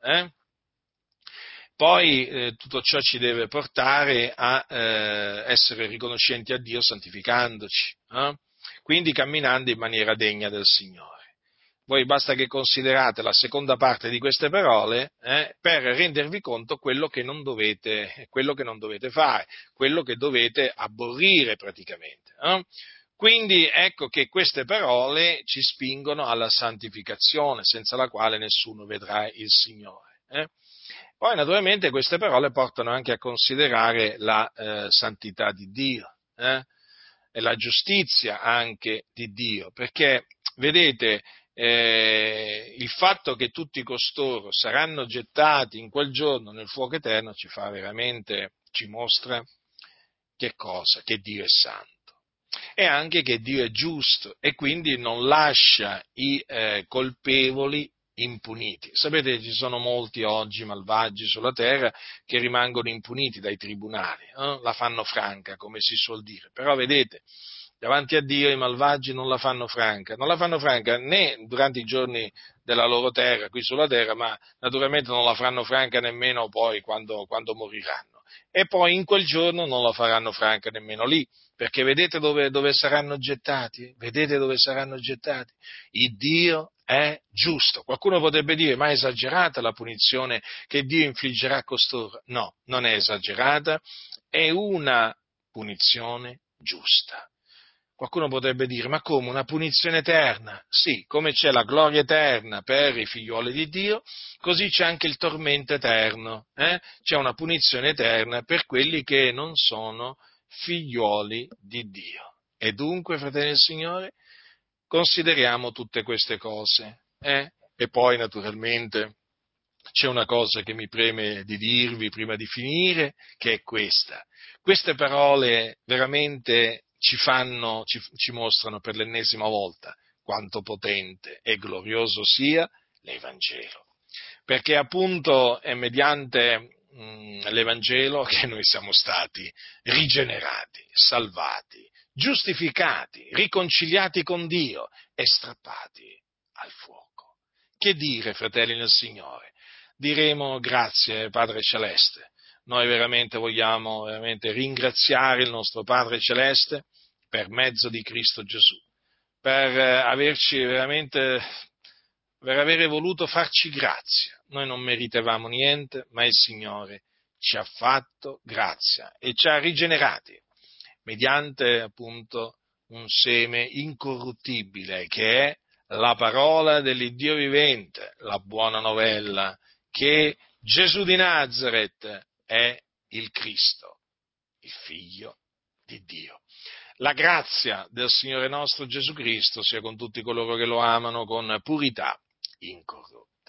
Poi tutto ciò ci deve portare a essere riconoscenti a Dio santificandoci, quindi camminando in maniera degna del Signore. Voi basta che considerate la seconda parte di queste parole per rendervi conto quello che non dovete fare, quello che dovete aborrire praticamente. Quindi ecco che queste parole ci spingono alla santificazione, senza la quale nessuno vedrà il Signore. Poi naturalmente queste parole portano anche a considerare la santità di Dio e la giustizia anche di Dio, perché vedete il fatto che tutti costoro saranno gettati in quel giorno nel fuoco eterno ci mostra che cosa? Che Dio è santo e anche che Dio è giusto e quindi non lascia i colpevoli impuniti. Sapete che ci sono molti oggi malvagi sulla terra che rimangono impuniti dai tribunali, la fanno franca, come si suol dire. Però vedete, davanti a Dio i malvagi non la fanno franca né durante i giorni della loro terra, qui sulla terra, ma naturalmente non la faranno franca nemmeno poi quando moriranno. E poi in quel giorno non la faranno franca nemmeno lì, perché vedete dove saranno gettati? Vedete dove saranno gettati? Il Dio è giusto. Qualcuno potrebbe dire, ma è esagerata la punizione che Dio infliggerà a costoro? No, non è esagerata, è una punizione giusta. Qualcuno potrebbe dire, ma come una punizione eterna? Sì, come c'è la gloria eterna per i figlioli di Dio, così c'è anche il tormento eterno, C'è una punizione eterna per quelli che non sono figlioli di Dio. E dunque, fratelli del Signore, consideriamo tutte queste cose, E poi, naturalmente, c'è una cosa che mi preme di dirvi prima di finire, che è questa. Queste parole veramente ci mostrano per l'ennesima volta quanto potente e glorioso sia l'Evangelo. Perché appunto è mediante l'Evangelo che noi siamo stati rigenerati, salvati, giustificati, riconciliati con Dio e strappati al fuoco. Che dire, fratelli nel Signore? Diremo grazie, Padre Celeste. Noi veramente vogliamo ringraziare il nostro Padre Celeste per mezzo di Cristo Gesù, per averci veramente, per avere voluto farci grazia. Noi non meritavamo niente, ma il Signore ci ha fatto grazia e ci ha rigenerati mediante appunto un seme incorruttibile che è la parola dell'Iddio vivente, la buona novella che Gesù di Nazaret è il Cristo, il Figlio di Dio. La grazia del Signore nostro Gesù Cristo sia con tutti coloro che lo amano con purità incorrotta.